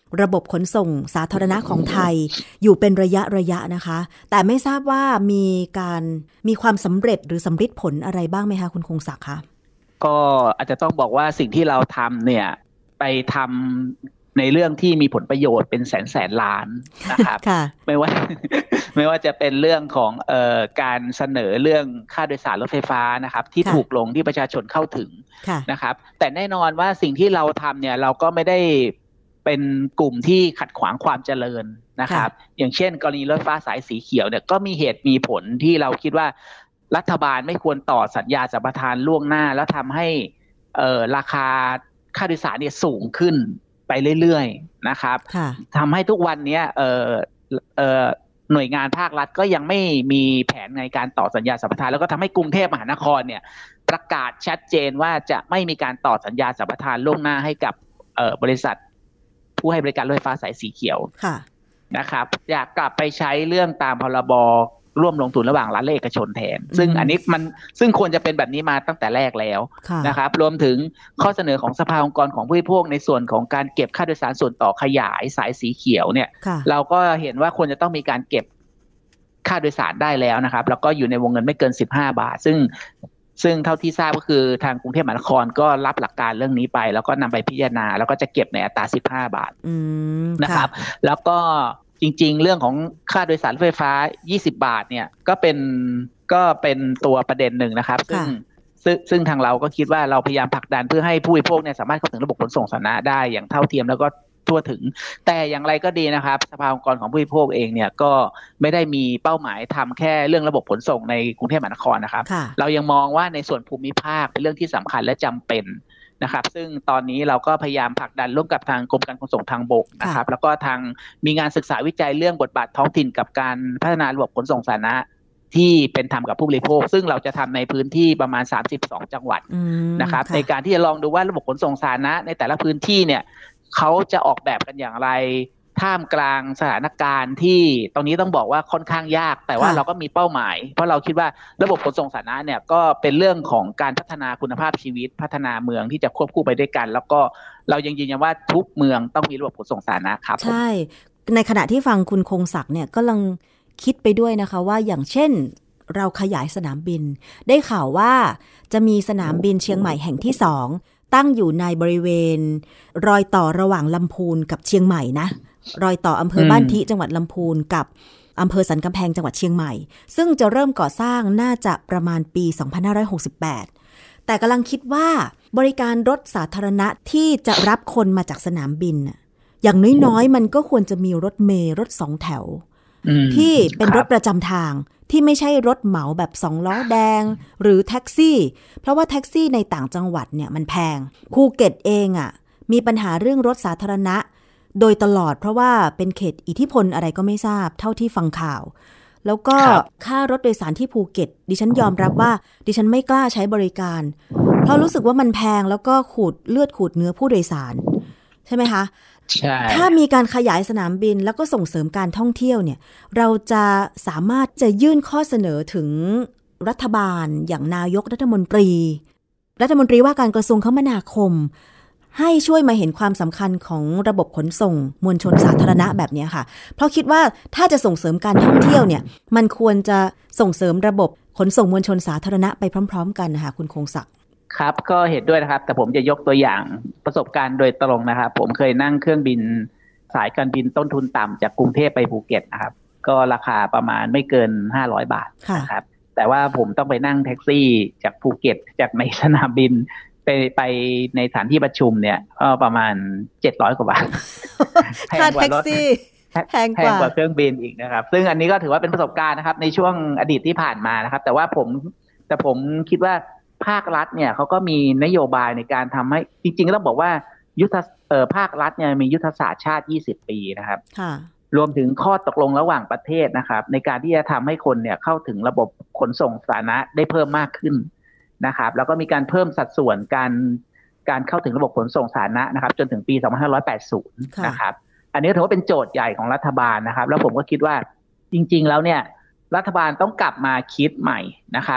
ระบบขนส่งสาธารณะของไทยอยู่เป็นระยะระยะนะคะแต่ไม่ทราบว่ามีการมีความสำเร็จหรือสำฤทธิ์ผลอะไรบ้างไหมคะคุณคงศักดิ์คะก็อาจจะต้องบอกว่าสิ่งที่เราทำเนี่ยไปทำในเรื่องที่มีผลประโยชน์เป็นแสนแสนล้านนะครับ ไม่ว่าไม่ว่าจะเป็นเรื่องของเอ่อการเสนอเรื่องค่าโดยสารรถไฟฟ้านะครับที่ถูกลงที่ประชาชนเข้าถึงนะครับแต่แน่นอนว่าสิ่งที่เราทำเนี่ยเราก็ไม่ได้เป็นกลุ่มที่ขัดขวางความเจริญนะครับอย่างเช่นกรณีรถไฟฟ้าสายสีเขียวเนี่ยก็มีเหตุมีผลที่เราคิดว่ารัฐบาลไม่ควรต่อสัญญาสัมปทานล่วงหน้าแล้วทำให้เอ่อราคาค่าโดยสารเนี่ยสูงขึ้นไปเรื่อยๆนะครับทำให้ทุกวันนี้เอ่อเอ่อหน่วยงานภาครัฐก็ยังไม่มีแผนในการต่อสัญญาสัมปทานแล้วก็ทำให้กรุงเทพมหานครเนี่ยประกาศชัดเจนว่าจะไม่มีการต่อสัญญาสัมปทานล่วงหน้าให้กับเอ่อบริษัทผู้ให้บริการรถไฟฟ้าสายสีเขียวนะครับอยากกลับไปใช้เรื่องตามพรบร่วมลงทุนระหว่างรัฐและเอกชนแทนซึ่งอันนี้มันซึ่งควรจะเป็นแบบนี้มาตั้งแต่แรกแล้วนะครับรวมถึงข้อเสนอของสภาองค์กรของผู้บริโภคในส่วนของการเก็บค่าโดยสารส่วนต่อขยายสายสีเขียวเนี่ยเราก็เห็นว่าควรจะต้องมีการเก็บค่าโดยสารได้แล้วนะครับแล้วก็อยู่ในวงเงินไม่เกินสิบห้าบาทซึ่งซึ่งเท่าที่ทราบก็คือทางกรุงเทพมหานครก็รับหลักการเรื่องนี้ไปแล้วก็นำไปพิจารณาแล้วก็จะเก็บในอัตราสิบห้าบาทนะครับแล้วก็จริงๆเรื่องของค่าโดยสารรถไฟฟ้ายี่สิบบาทเนี่ยก็เป็นก็เป็นตัวประเด็นหนึ่งนะครับซึ่งซึ่งซึ่งทางเราก็คิดว่าเราพยายามผลักดันเพื่อให้ผู้บริโภคเนี่ยสามารถเข้าถึงระบบขนส่งสาธารณะได้อย่างเท่าเทียมแล้วก็ทั่วถึงแต่อย่างไรก็ดีนะครับสภาองค์กรของผู้บริโภคเองเนี่ยก็ไม่ได้มีเป้าหมายทำแค่เรื่องระบบขนส่งในกรุงเทพมหานครนะครับเรายังมองว่าในส่วนภูมิภาคเป็นเรื่องที่สำคัญและจำเป็นนะครับซึ่งตอนนี้เราก็พยายามผลักดันร่วมกับทางกรมการขนส่งทางบกนะครับแล้วก็ทางมีงานศึกษาวิจัยเรื่องบทบาทท้องถิ่นกับการพัฒนาระบบขนส่งสาธารณะที่เป็นธรรมกับผู้บริโภคซึ่งเราจะทำในพื้นที่ประมาณสามสิบสองจังหวัดนะครับในการที่จะลองดูว่าระบบขนส่งสาธารณะในแต่ละพื้นที่เนี่ยเขาจะออกแบบกันอย่างไรท่ามกลางสถานการณ์ที่ตรงนี้ต้องบอกว่าค่อนข้างยากแต่ว่าเราก็มีเป้าหมายเพราะเราคิดว่าระบบขนส่งสาธารณะเนี่ยก็เป็นเรื่องของการพัฒนาคุณภาพชีวิตพัฒนาเมืองที่จะควบคู่ไปด้วยกันแล้วก็เรายังยืนยันว่าทุกเมืองต้องมีระบบขนส่งสาธารณะครับใช่ในขณะที่ฟังคุณคงศักดิ์เนี่ยก็ลังคิดไปด้วยนะคะว่าอย่างเช่นเราขยายสนามบินได้ข่าวว่าจะมีสนามบินเชียงใหม่แห่งที่สองตั้งอยู่ในบริเวณรอยต่อระหว่างลำพูนกับเชียงใหม่นะรอยต่ออำเภอบ้านทิจังหวัดลำพูนกับอำเภอสันกำแพงจังหวัดเชียงใหม่ซึ่งจะเริ่มก่อสร้างน่าจะประมาณปีสองพันห้าร้อยหกสิบแปดแต่กำลังคิดว่าบริการรถสาธารณะที่จะรับคนมาจากสนามบินอย่างน้อยๆมันก็ควรจะมีรถเมล์รถสองแถวที่เป็นรถประจำทางที่ไม่ใช่รถเหมาแบบสองล้อแดงหรือแท็กซี่เพราะว่าแท็กซี่ในต่างจังหวัดเนี่ยมันแพงภูเก็ตเองอ่ะมีปัญหาเรื่องรถสาธารณะโดยตลอดเพราะว่าเป็นเขตอิทธิพลอะไรก็ไม่ทราบเท่าที่ฟังข่าวแล้วก็ค่ารถโดยสารที่ภูเก็ตดิฉันยอมรับว่าดิฉันไม่กล้าใช้บริการเพราะรู้สึกว่ามันแพงแล้วก็ขูดเลือดขูดเนื้อผู้โดยสารใช่ไหมคะใช่ถ้ามีการขยายสนามบินแล้วก็ส่งเสริมการท่องเที่ยวเนี่ยเราจะสามารถจะยื่นข้อเสนอถึงรัฐบาลอย่างนายกรัฐมนตรีรัฐมนตรีว่าการกระทรวงคมนาคมให้ช่วยมาเห็นความสำคัญของระบบขนส่งมวลชนสาธารณะแบบนี้ค่ะเพราะคิดว่าถ้าจะส่งเสริมการท่องเที่ยวเนี่ยมันควรจะส่งเสริมระบบขนส่งมวลชนสาธารณะไปพร้อมๆกันนะคะคุณคงศักดิ์ครับก็เห็นด้วยนะครับแต่ผมจะยกตัวอย่างประสบการณ์โดยตรงนะครับผมเคยนั่งเครื่องบินสายการบินต้นทุนต่ำจากกรุงเทพไปภูเก็ตนะครับก็ราคาประมาณไม่เกินห้าร้อยบาทนะครับแต่ว่าผมต้องไปนั่งแท็กซี่จากภูเก็ตจากในสนามบินไปไปในสถานที่ประชุมเนี่ยก็ประมาณเจ็ดร้อยกว่าบาทค่าแท็กซี่แพงกว่าเครื่องบินอีกนะครับซึ่งอันนี้ก็ถือว่าเป็นประสบการณ์นะครับในช่วงอดีตที่ผ่านมานะครับแต่ว่าผมแต่ผมคิดว่าภาครัฐเนี่ยเขาก็มีนโยบายในการทำให้จริงๆต้องบอกว่ายุทธเอ่อภาครัฐเนี่ยมียุทธศาสตร์ชาติยี่สิบปีนะครับรวมถึงข้อตกลงระหว่างประเทศนะครับในการที่จะทำให้คนเนี่ยเข้าถึงระบบขนส่งสาธารณะได้เพิ่มมากขึ้นนะครับแล้วก็มีการเพิ่มสัดส่วนการการเข้าถึงระบบขนส่งสาธารณะนะครับจนถึงปีสองพันห้าร้อยแปดสิบนะครับอันนี้ถือว่าเป็นโจทย์ใหญ่ของรัฐบาลนะครับแล้วผมก็คิดว่าจริงๆแล้วเนี่ยรัฐบาลต้องกลับมาคิดใหม่นะครับ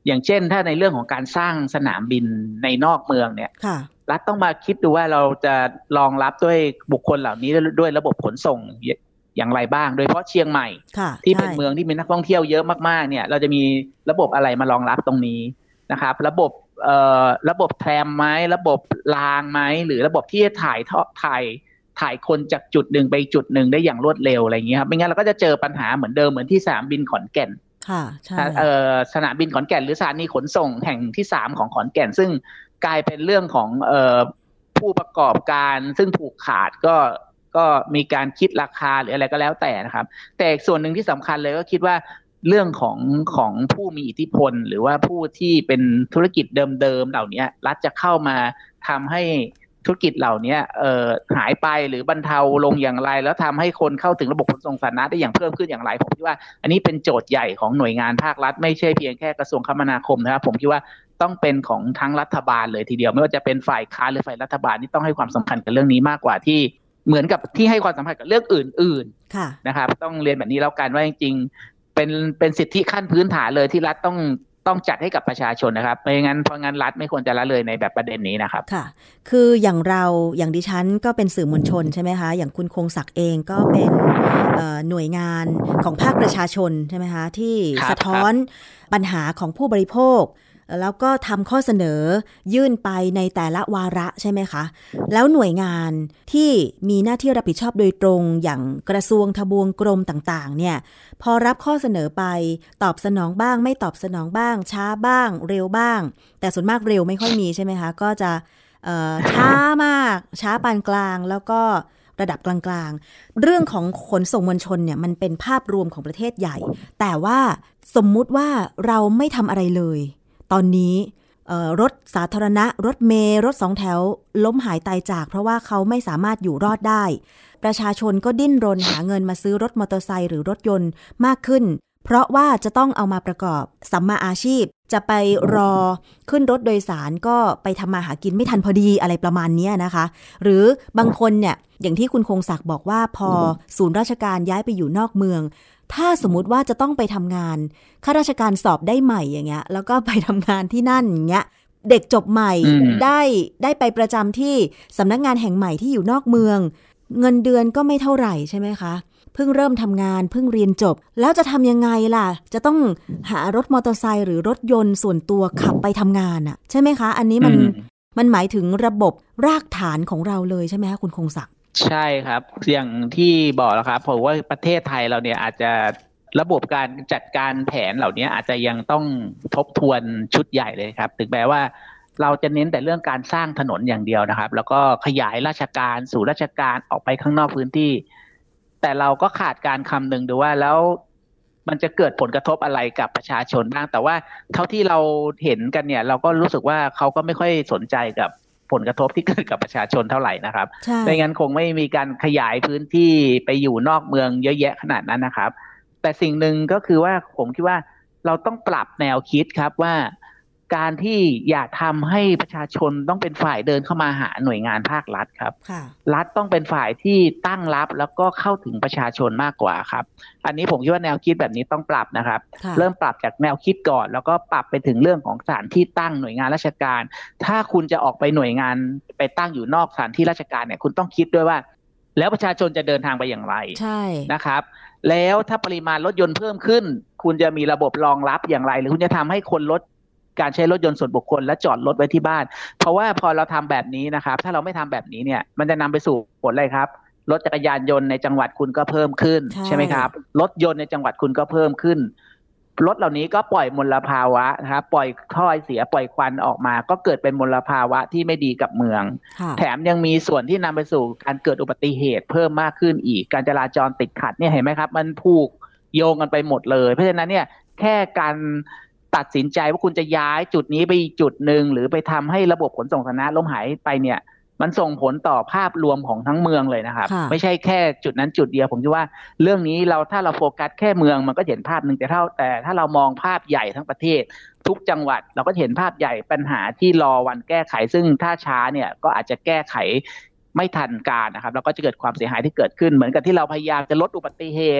อย่างเช่นถ้าในเรื่องของการสร้างสนามบินในนอกเมืองเนี่ยรัฐต้องมาคิดดูว่าเราจะรองรับด้วยบุคคลเหล่านี้ด้วยระบบขนส่งอย่างไรบ้างโดยเฉพาะเชียงใหม่ที่เป็นเมืองที่มีนักท่องเที่ยวเยอะมากๆเนี่ยเราจะมีระบบอะไรมารองรับตรงนี้นะครับระบบเอ่อระบบแทรมไหมระบบรางไหมหรือระบบที่จะถ่ายถ่ายถ่ายคนจากจุดหนึ่งไปจุดหนึ่งได้อย่างรวดเร็วอะไรอย่างเงี้ยครับไม่งั้นเราก็จะเจอปัญหาเหมือนเดิมเหมือนที่สนามบินขอนแก่นค่ะใช่เอ่อสนามบินขอนแก่นหรือสถานีขนส่งแห่งที่สามของขอนแก่นซึ่งกลายเป็นเรื่องของเอ่อผู้ประกอบการซึ่งผูกขาดก็ก็มีการคิดราคาหรืออะไรก็แล้วแต่นะครับแต่ส่วนหนึ่งที่สำคัญเลยก็คิดว่าเรื่องของของผู้มีอิทธิพลหรือว่าผู้ที่เป็นธุรกิจเดิมๆเหล่านี้รัฐจะเข้ามาทำให้ธุรกิจเหล่านี้เอ่อหายไปหรือบรรเทาลงอย่างไรแล้วทำให้คนเข้าถึงระบบขนส่งสาธารณะได้อย่างเพิ่มขึ้นอย่างไรผมคิดว่าอันนี้เป็นโจทย์ใหญ่ของหน่วยงานภาครัฐไม่ใช่เพียงแค่กระทรวงคมนาคมนะครับผมคิดว่าต้องเป็นของทั้งรัฐบาลเลยทีเดียวไม่ว่าจะเป็นฝ่ายค้านหรือฝ่ายรัฐบาลนี่ต้องให้ความสำคัญกับเรื่องนี้มากกว่าที่เหมือนกับที่ให้ความสำคัญกับเรื่องอื่นๆนะครับต้องเรียนแบบนี้แล้วกันว่าจริงๆเป็นเป็นสิทธิขั้นพื้นฐานเลยที่รัฐต้องต้องจัดให้กับประชาชนนะครับไม่งั้นเพราะงั้นรัฐไม่ควรจะละเลยในแบบประเด็นนี้นะครับค่ะคืออย่างเราอย่างดิฉันก็เป็นสื่อมวลชนใช่ไหมคะอย่างคุณคงศักดิ์เองก็เป็นหน่วยงานของภาคประชาชนใช่ไหมคะที่สะท้อนปัญหาของผู้บริโภคแล้วก็ทำข้อเสนอยื่นไปในแต่ละวาระใช่ไหมคะแล้วหน่วยงานที่มีหน้าที่รับผิดชอบโดยตรงอย่างกระทรวงทบวงกรมต่างๆเนี่ยพอรับข้อเสนอไปตอบสนองบ้างไม่ตอบสนองบ้างช้าบ้างเร็วบ้างแต่ส่วนมากเร็วไม่ค่อยมีใช่ไหมคะก็จะเอ่อช้ามากช้าปานกลางแล้วก็ระดับกลางๆเรื่องของขนส่งมวลชนเนี่ยมันเป็นภาพรวมของประเทศใหญ่แต่ว่าสมมุติว่าเราไม่ทำอะไรเลยตอนนี้รถสาธารณะรถเมล์รถสองแถวล้มหายตายจากเพราะว่าเขาไม่สามารถอยู่รอดได้ประชาชนก็ดิ้นรนหาเงินมาซื้อรถมอเตอร์ไซค์หรือรถยนต์มากขึ้นเพราะว่าจะต้องเอามาประกอบสัมมาอาชีพจะไปรอขึ้นรถโดยสารก็ไปทำมาหากินไม่ทันพอดีอะไรประมาณนี้นะคะหรือบางคนเนี่ยอย่างที่คุณคงศักดิ์บอกว่าพอศูนย์ราชการย้ายไปอยู่นอกเมืองถ้าสมมุติว่าจะต้องไปทำงานข้าราชการสอบได้ใหม่อย่างเงี้ยแล้วก็ไปทำงานที่นั่นอย่างเงี้ยเด็กจบใหม่ได้ได้ไปประจำที่สำนักงานแห่งใหม่ที่อยู่นอกเมืองเงินเดือนก็ไม่เท่าไหร่ใช่ไหมคะเพิ่งเริ่มทำงานเพิ่งเรียนจบแล้วจะทำยังไงล่ะจะต้องหารถมอเตอร์ไซค์หรือรถยนต์ส่วนตัวขับไปทำงานอ่ะใช่ไหมคะอันนี้มันมันหมายถึงระบบรากฐานของเราเลยใช่ไหมคะคุณคงศักดิ์ใช่ครับอย่างที่บอกแล้วครับผมว่าประเทศไทยเราเนี่ยอาจจะระบบการจัดการแผนเหล่านี้อาจจะยังต้องทบทวนชุดใหญ่เลยครับถึงแม้ว่าเราจะเน้นแต่เรื่องการสร้างถนนอย่างเดียวนะครับแล้วก็ขยายราชการสู่ราชการออกไปข้างนอกพื้นที่แต่เราก็ขาดการคำนึงดูว่าแล้วมันจะเกิดผลกระทบอะไรกับประชาชนบ้างแต่ว่าเท่าที่เราเห็นกันเนี่ยเราก็รู้สึกว่าเขาก็ไม่ค่อยสนใจกับผลกระทบที่เกิดกับประชาชนเท่าไหร่นะครับไม่งั้นคงไม่มีการขยายพื้นที่ไปอยู่นอกเมืองเยอะแยะขนาดนั้นนะครับแต่สิ่งหนึ่งก็คือว่าผมคิดว่าเราต้องปรับแนวคิดครับว่าการที่อยากทำให้ประชาชนต้องเป็นฝ่ายเดินเข้ามาหาหน่วยงานภาครัฐครับรัฐต้องเป็นฝ่ายที่ตั้งรับแล้วก็เข้าถึงประชาชนมากกว่าครับอันนี้ผมคิดว่าแนวคิดแบบนี้ต้องปรับนะครับเริ่มปรับจากแนวคิดก่อนแล้วก็ปรับไปถึงเรื่องของสถานที่ตั้งหน่วยงานราชการถ้าคุณจะออกไปหน่วยงานไปตั้งอยู่นอกสถานที่ราชการเนี่ยคุณต้องคิดด้วยว่าแล้วประชาชนจะเดินทางไปอย่างไรใช่นะครับแล้วถ้าปริมาณรถยนต์เพิ่มขึ้นคุณจะมีระบบรองรับอย่างไรหรือคุณจะทำให้คนลดการใช้รถยนต์ส่วนบุคคลและจอดรถไว้ที่บ้านเพราะว่าพอเราทำแบบนี้นะครับถ้าเราไม่ทำแบบนี้เนี่ยมันจะนำไปสู่ผลอะไรครับรถจักรยานยนต์ในจังหวัดคุณก็เพิ่มขึ้น ใ, ใช่ไหมครับรถยนต์ในจังหวัดคุณก็เพิ่มขึ้นรถเหล่านี้ก็ปล่อยมลภาวะนะครับปล่อยท่อเสียปล่อยควันออกมาก็เกิดเป็นมลภาวะที่ไม่ดีกับเมืองแถมยังมีส่วนที่นำไปสู่การเกิดอุบัติเหตุเพิ่มมากขึ้นอีกการจราจรติดขัดเนี่ยเห็นไหมครับมันผูกโยงกันไปหมดเลยเพราะฉะนั้นเนี่ยแค่การตัดสินใจว่าคุณจะย้ายจุดนี้ไปอีกจุดหนึ่งหรือไปทำให้ระบบขนส่งสาธารณะล้มหายไปเนี่ยมันส่งผลต่อภาพรวมของทั้งเมืองเลยนะครับไม่ใช่แค่จุดนั้นจุดเดียวผมคิดว่าเรื่องนี้เราถ้าเราโฟกัสแค่เมืองมันก็เห็นภาพนึงแต่เท่าแต่ถ้าเรามองภาพใหญ่ทั้งประเทศทุกจังหวัดเราก็เห็นภาพใหญ่ปัญหาที่รอวันแก้ไขซึ่งถ้าช้าเนี่ยก็อาจจะแก้ไขไม่ทันการนะครับแล้วก็จะเกิดความเสียหายที่เกิดขึ้นเหมือนกับที่เราพยายามจะลดอุบัติเหตุ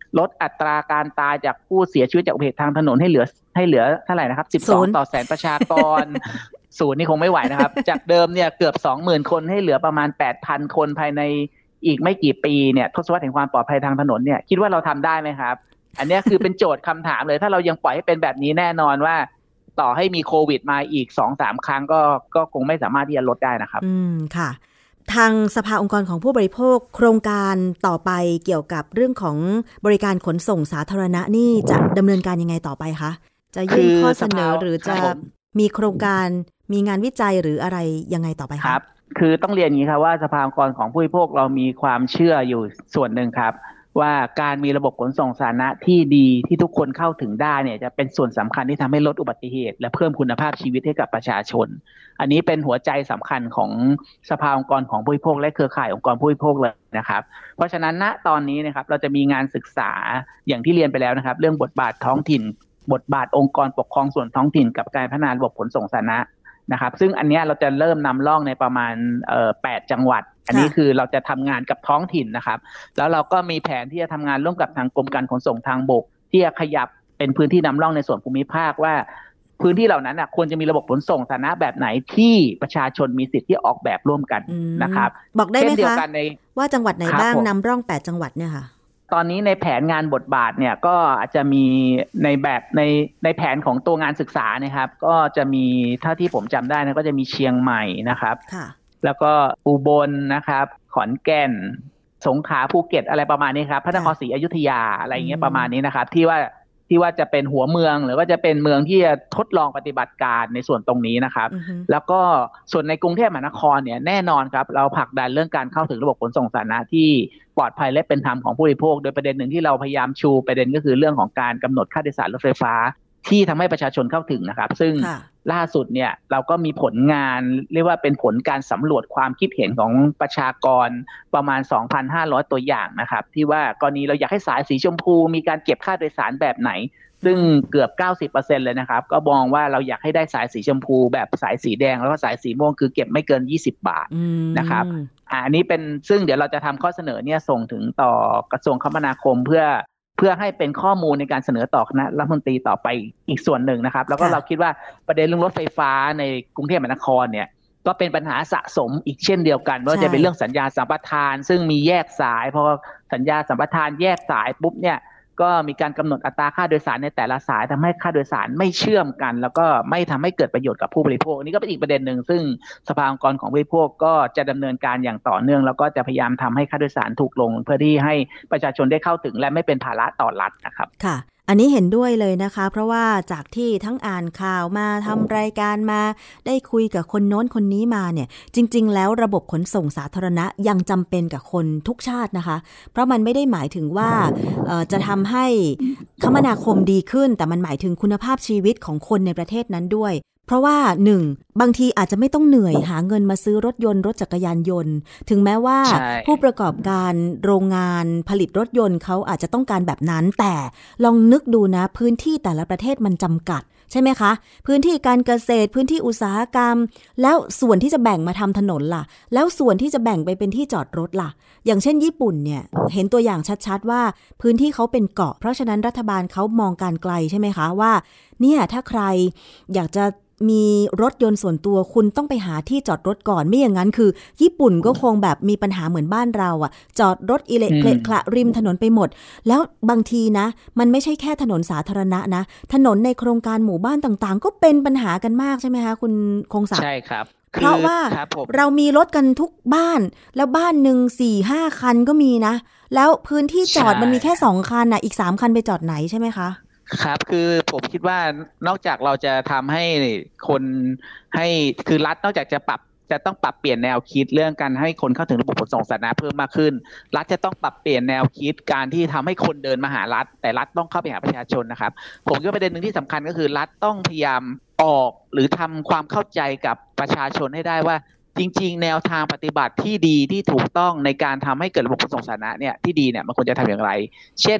ลดอัตราการตายจากผู้เสียชีวิตจากอุบัติเหตุทางถนนให้เหลือให้เหลือเท่าไหร่นะครับสิบสองต่อแสนประชากร ศูนย์นี่คงไม่ไหวนะครับ จากเดิมเนี่ยเกือบ สองหมื่น คนให้เหลือประมาณ แปดพัน คนภายในอีกไม่กี่ปีเนี่ยทศวรรษแห่งความปลอดภัยทางถนนเนี่ยคิดว่าเราทำได้ไหมครับอันนี้คือเป็นโจทย์คำถามเลยถ้าเรายังปล่อยให้เป็นแบบนี้แน่นอนว่าต่อให้มีโควิดมาอีก สองสาม ครั้งก็ก็คงไม่สามารถที่จะลดได้นะครับอืมค่ะทางสภาองค์กรของผู้บริโภคโครงการต่อไปเกี่ยวกับเรื่องของบริการขนส่งสาธารณะนี่จะดำเนินการยังไงต่อไปคะจะยื่นข้อเสนอหรือจะมีโครงการมีงานวิจัยหรืออะไรยังไงต่อไปคะครับคือต้องเรียนอย่างนี้ครับว่าสภาองค์กรของผู้บริโภคเรามีความเชื่ออยู่ส่วนหนึ่งครับว่าการมีระบบขนส่งสาธารณะที่ดีที่ทุกคนเข้าถึงได้เนี่ยจะเป็นส่วนสำคัญที่ทำให้ลดอุบัติเหตุและเพิ่มคุณภาพชีวิตให้กับประชาชนอันนี้เป็นหัวใจสำคัญของสภาองค์กรของผู้บริโภคและเครือข่ายองค์กรผู้บริโภคเลยนะครับเพราะฉะนั้นณตอนนี้นะครับเราจะมีงานศึกษาอย่างที่เรียนไปแล้วนะครับเรื่องบทบาทท้องถิ่นบทบาทองค์กรปกครองส่วนท้องถิ่นกับการพัฒนาระบบขนส่งสาธารณะนะครับซึ่งอันนี้เราจะเริ่มนำร่องในประมาณเอ่อแปดจังหวัดอันนี้คือเราจะทำงานกับท้องถิ่นนะครับแล้วเราก็มีแผนที่จะทำงานร่วมกับทางกรมการขนส่งทางบกที่จะขยับเป็นพื้นที่นำร่องในส่วนภูมิภาคว่าพื้นที่เหล่านั้นควรจะมีระบบขนส่งสาธารณะแบบไหนที่ประชาชนมีสิทธิ์ที่ออกแบบร่วมกันนะครับบอกได้ไหมคะว่าจังหวัดไหนบ้างนำร่องแปดจังหวัดเนี่ยค่ะตอนนี้ในแผนงานบทบาทเนี่ยก็อาจจะมีในแบบในในแผนของตัวงานศึกษานะครับก็จะมีเท่าที่ผมจำได้นะก็จะมีเชียงใหม่นะครับแล้วก็อุบลนะครับขอนแก่นสงขลาภูเก็ตอะไรประมาณนี้ครับพระนครศรีอยุธยาอะไรเงี้ยประมาณนี้นะครับที่ว่าที่ว่าจะเป็นหัวเมืองหรือว่าจะเป็นเมืองที่จะทดลองปฏิบัติการในส่วนตรงนี้นะครับ uh-huh. แล้วก็ส่วนในกรุงเทพมหานครเนี่ยแน่นอนครับเราผลักดันเรื่องการเข้าถึงระบบขนส่งสาธารณะที่ปลอดภัยและเป็นธรรมของผู้บริโภคโดยประเด็นหนึ่งที่เราพยายามชูประเด็นก็คือเรื่องของการกำหนดค่าโดยสารรถไฟฟ้าที่ทำให้ประชาชนเข้าถึงนะครับซึ่ง uh-huh. ล่าสุดเนี่ยเราก็มีผลงานเรียกว่าเป็นผลการสำรวจความคิดเห็นของประชากรประมาณ สองพันห้าร้อย ตัวอย่างนะครับที่ว่ากรณีเราอยากให้สายสีชมพูมีการเก็บค่าโดยสารแบบไหนซึ่งเกือบ เก้าสิบเปอร์เซ็นต์ เลยนะครับก็มองว่าเราอยากให้ได้สายสีชมพูแบบสายสีแดงแล้วก็สายสีม่วงคือเก็บไม่เกินยี่สิบบาทนะครับอันนี้เป็นซึ่งเดี๋ยวเราจะทำข้อเสนอเนี่ยส่งถึงต่อกระทรวงคมนาคมเพื่อเพื่อให้เป็นข้อมูลในการเสนอต่อคณะรัฐมนตรีต่อไปอีกส่วนหนึ่งนะครับแล้วก็เราคิดว่าประเด็นเรื่องรถไฟฟ้าในกรุงเทพมหานครเนี่ยก็เป็นปัญหาสะสมอีกเช่นเดียวกันว่าจะเป็นเรื่องสัญญาสัมปทานซึ่งมีแยกสายพอสัญญาสัมปทานแยกสายปุ๊บเนี่ยก็มีการกำหนดอัตราค่าโดยสารในแต่ละสายทำให้ค่าโดยสารไม่เชื่อมกันแล้วก็ไม่ทำให้เกิดประโยชน์กับผู้บริโภคนี่ก็เป็นอีกประเด็นหนึ่งซึ่งสภาองค์กรของผู้บริโภคก็จะดำเนินการอย่างต่อเนื่องแล้วก็จะพยายามทำให้ค่าโดยสารถูกลงเพื่อที่ให้ประชาชนได้เข้าถึงและไม่เป็นภาระต่อรัฐนะครับค่ะอันนี้เห็นด้วยเลยนะคะเพราะว่าจากที่ทั้งอ่านข่าวมาทำรายการมาได้คุยกับคนโน้นคนนี้มาเนี่ยจริงๆแล้วระบบขนส่งสาธารณะยังจำเป็นกับคนทุกชาตินะคะเพราะมันไม่ได้หมายถึงว่าจะทำให้คมนาคมดีขึ้นแต่มันหมายถึงคุณภาพชีวิตของคนในประเทศนั้นด้วยเพราะว่าหนึ่งบางทีอาจจะไม่ต้องเหนื่อยหาเงินมาซื้อรถยนต์รถจักรยานยนต์ถึงแม้ว่าผู้ประกอบการโรงงานผลิตรถยนต์เขาอาจจะต้องการแบบนั้นแต่ลองนึกดูนะพื้นที่แต่ละประเทศมันจำกัดใช่ไหมคะพื้นที่การเกษตรพื้นที่อุตสาหกรรมแล้วส่วนที่จะแบ่งมาทำถนนล่ะแล้วส่วนที่จะแบ่งไปเป็นที่จอดรถล่ะอย่างเช่นญี่ปุ่นเนี่ยเห็นตัวอย่างชัดๆว่าพื้นที่เขาเป็นเกาะเพราะฉะนั้นรัฐบาลเขามองการไกลใช่ไหมคะว่าเนี่ยถ้าใครอยากจะมีรถยนต์ส่วนตัวคุณต้องไปหาที่จอดรถก่อนไม่อย่างนั้นคือญี่ปุ่นก็คงแบบมีปัญหาเหมือนบ้านเราอ่ะจอดรถอิเล็กเคละคละริมถนนไปหมดแล้วบางทีนะมันไม่ใช่แค่ถนนสาธารณะนะถนนในโครงการหมู่บ้านต่างๆก็เป็นปัญหากันมากใช่ไหมคะคุณคงศักดิ์ใช่ครับเพราะว่าเรามีรถกันทุกบ้านแล้วบ้านหนึ่ง สี่ห้า คันก็มีนะแล้วพื้นที่จอดมันมีแค่สองคันน่ะอีกสามคันไปจอดไหนใช่ไหมคะครับคือผมคิดว่านอกจากเราจะทำให้คนให้คือรัฐนอกจากจะปรับจะต้องปรับเปลี่ยนแนวคิดเรื่องการให้คนเข้าถึงระบบขนส่งสาธารณะเพิ่มมากขึ้นรัฐจะต้องปรับเปลี่ยนแนวคิดการที่ทำให้คนเดินมาหารัฐแต่รัฐต้องเข้าไปหาประชาชนนะครับผมคิดว่าประเด็นหนึ่งที่สำคัญก็คือรัฐต้องพยายามออกหรือทำความเข้าใจกับประชาชนให้ได้ว่าจริงๆแนวทางปฏิบัติที่ดีที่ถูกต้องในการทำให้เกิดระบบขนส่งสาธารณะเนี่ยที่ดีเนี่ยมันควรจะทำอย่างไรเช่น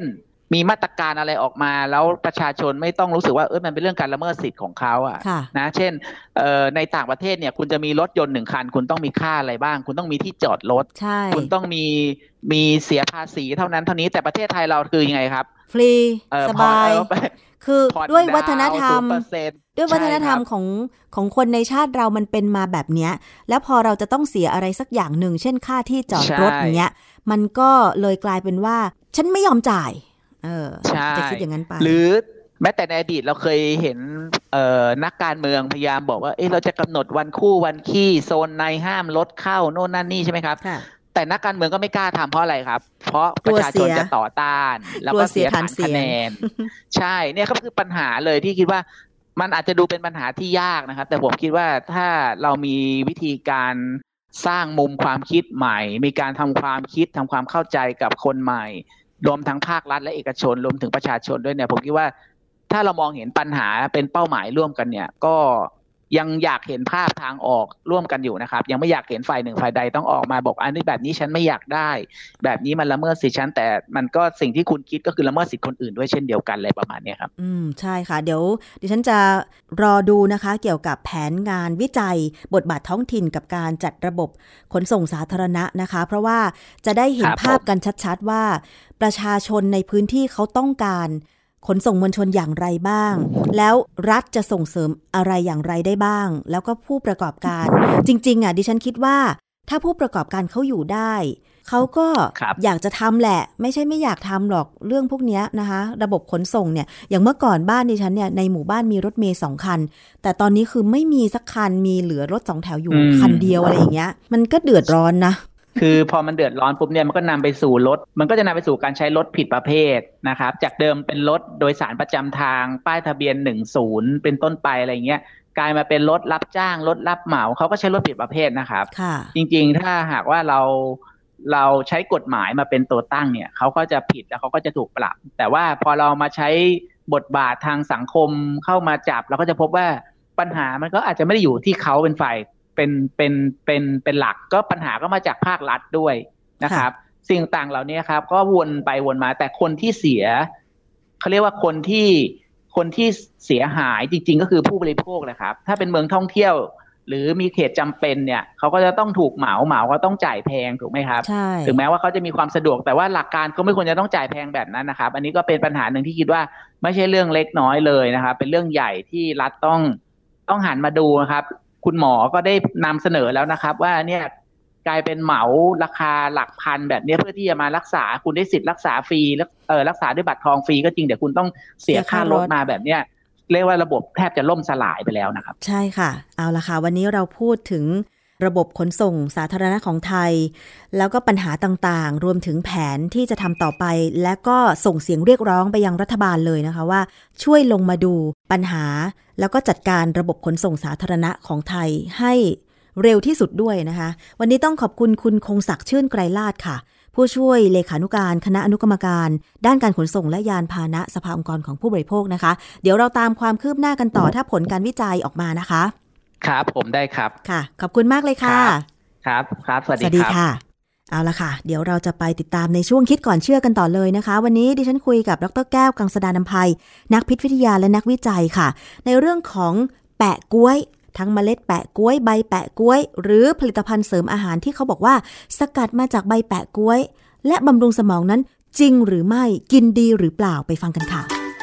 มีมาตรการอะไรออกมาแล้วประชาชนไม่ต้องรู้สึกว่าเออมันเป็นเรื่องการละเมิดสิทธิ์ของเขาอ่ะนะเช่นเอ่อในต่างประเทศเนี่ยคุณจะมีรถยนต์หนึ่งคันคุณต้องมีค่าอะไรบ้างคุณต้องมีที่จอดรถคุณต้องมีมีเสียภาษีเท่านั้นเท่านี้แต่ประเทศไทยเราคือยังไงครับฟรีสบายคือด้วยวัฒนธรรมด้วยวัฒนธรรมของของคนในชาติเรามันเป็นมาแบบเนี้ยแล้วพอเราจะต้องเสียอะไรสักอย่างหนึ่งเช่นค่าที่จอดรถอย่างเงี้ยมันก็เลยกลายเป็นว่าฉันไม่ยอมจ่ายเออจะคิดอย่างนั้นไปหรือแม้แต่ในอดีตเราเคยเห็นเอ่อนักการเมืองพยายามบอกว่าเอ๊ะเราจะกำหนดวันคู่วันขี้โซนในห้ามรถเข้าโน่นนั่นนี่ใช่ไหมครับแต่นักการเมืองก็ไม่กล้าทำเพราะอะไรครับเพราะประชาชนจะต่อต้านแล้วก็เสียฐานคะแนนใช่เนี่ยก็คือปัญหาเลยที่คิดว่ามันอาจจะดูเป็นปัญหาที่ยากนะครับแต่ผมคิดว่าถ้าเรามีวิธีการสร้างมุมความคิดใหม่มีการทำความคิดทำความเข้าใจกับคนใหม่รวมทั้งภาครัฐและเอกชนรวมถึงประชาชนด้วยเนี่ยผมคิดว่าถ้าเรามองเห็นปัญหาเป็นเป้าหมายร่วมกันเนี่ยก็ยังอยากเห็นภาพทางออกร่วมกันอยู่นะครับยังไม่อยากเห็นฝ่ายหนึ่งฝ่ายใดต้องออกมาบอกอันนี้แบบนี้ฉันไม่อยากได้แบบนี้มันละเมิดสิทธิฉันแต่มันก็สิ่งที่คุณคิดก็คือละเมิดสิทธิคนอื่นด้วยเช่นเดียวกันเลยประมาณนี้ครับอืมใช่ค่ะเดี๋ยวดิฉันจะรอดูนะคะเกี่ยวกับแผนงานวิจัยบทบาทท้องถิ่นกับการจัดระบบขนส่งสาธารณะนะคะเพราะว่าจะได้เห็นภาพกันชัดๆว่าประชาชนในพื้นที่เขาต้องการขนส่งมวลชนอย่างไรบ้างแล้วรัฐจะส่งเสริมอะไรอย่างไรได้บ้างแล้วก็ผู้ประกอบการจริงๆอ่ะดิฉันคิดว่าถ้าผู้ประกอบการเขาอยู่ได้เขาก็อยากจะทำแหละไม่ใช่ไม่อยากทำหรอกเรื่องพวกนี้นะคะระบบขนส่งเนี่ยอย่างเมื่อก่อนบ้านดิฉันเนี่ยในหมู่บ้านมีรถเมล์สองคันแต่ตอนนี้คือไม่มีสักคันมีเหลือรถสองแถวอยู่คันเดียวอะไรอย่างเงี้ยมันก็เดือดร้อนนะคือพอมันเดือดร้อนปุ๊บเนี่ยมันก็นำไปสู่รถมันก็จะนำไปสู่การใช้รถผิดประเภทนะครับจากเดิมเป็นรถโดยสารประจำทางป้ายทะเบียนหนึ่งศูนย์เป็นต้นไปอะไรเงี้ยกลายมาเป็นรถรับจ้างรถรับเหมาเขาก็ใช้รถผิดประเภทนะครับจริงๆถ้าหากว่าเราเราใช้กฎหมายมาเป็นตัวตั้งเนี่ยเขาก็จะผิดแล้วเขาก็จะถูกปรับแต่ว่าพอเรามาใช้บทบาททางสังคมเข้ามาจับเราก็จะพบว่าปัญหามันก็อาจจะไม่ได้อยู่ที่เขาเป็นฝ่ายเป็นเป็นเป็นเป็นหลักก็ปัญหาก็มาจากภาครัฐด้วยนะครับสิ่งต่างเหล่านี้ครับก็วนไปวนมาแต่คนที่เสียเขาเรียกว่าคนที่คนที่เสียหายจริงๆก็คือผู้บริโภคแหละครับถ้าเป็นเมืองท่องเที่ยวหรือมีเขตจำเป็นเนี่ยเขาก็จะต้องถูกเหมาเหมาก็ต้องจ่ายแพงถูกไหมครับถึงแม้ว่าเขาจะมีความสะดวกแต่ว่าหลักการก็ไม่ควรจะต้องจ่ายแพงแบบนั้นนะครับอันนี้ก็เป็นปัญหาหนึ่งที่คิดว่าไม่ใช่เรื่องเล็กน้อยเลยนะครับเป็นเรื่องใหญ่ที่รัฐต้องต้องหันมาดูนะครับคุณหมอก็ได้นำเสนอแล้วนะครับว่าเนี่ยกลายเป็นเหมาราคาหลักพันแบบนี้เพื่อที่จะมารักษาคุณได้สิทธิ์รักษาฟรีเออรักษาด้วยบัตรทองฟรีก็จริงแต่คุณต้องเสียค่ารถมาแบบเนี้ยเรียกว่าระบบแทบจะล่มสลายไปแล้วนะครับใช่ค่ะเอาละค่ะวันนี้เราพูดถึงระบบขนส่งสาธารณะของไทยแล้วก็ปัญหาต่างๆรวมถึงแผนที่จะทำต่อไปและก็ส่งเสียงเรียกร้องไปยังรัฐบาลเลยนะคะว่าช่วยลงมาดูปัญหาแล้วก็จัดการระบบขนส่งสาธารณะของไทยให้เร็วที่สุดด้วยนะคะวันนี้ต้องขอบคุณคุณคงศักดิ์ชื่นไกรลาภค่ะผู้ช่วยเลขานุการคณะอนุกรรมการด้านการขนส่งและยานพาหนะสภาองค์กรของผู้บริโภคนะคะเดี๋ยวเราตามความคืบหน้ากันต่อถ้าผลการวิจัยออกมานะคะครับผมได้ครับค่ะขอบคุณมากเลยค่ะครับครับสวัสดีครับสวัสดีค่ะเอาละค่ะเดี๋ยวเราจะไปติดตามในช่วงคิดก่อนเชื่อกันต่อเลยนะคะวันนี้ดิฉันคุยกับดร.แก้วกังสดาลอำไพนักพิษวิทยาและนักวิจัยค่ะในเรื่องของแปะก๊วยทั้งเมล็ดแปะก๊วยใบแปะก๊วยหรือผลิตภัณฑ์เสริมอาหารที่เขาบอกว่าสกัดมาจากใบแปะก๊วยและบำรุงสมองนั้นจริงหรือไม่กินดีหรือเปล่าไปฟังกันค่ะ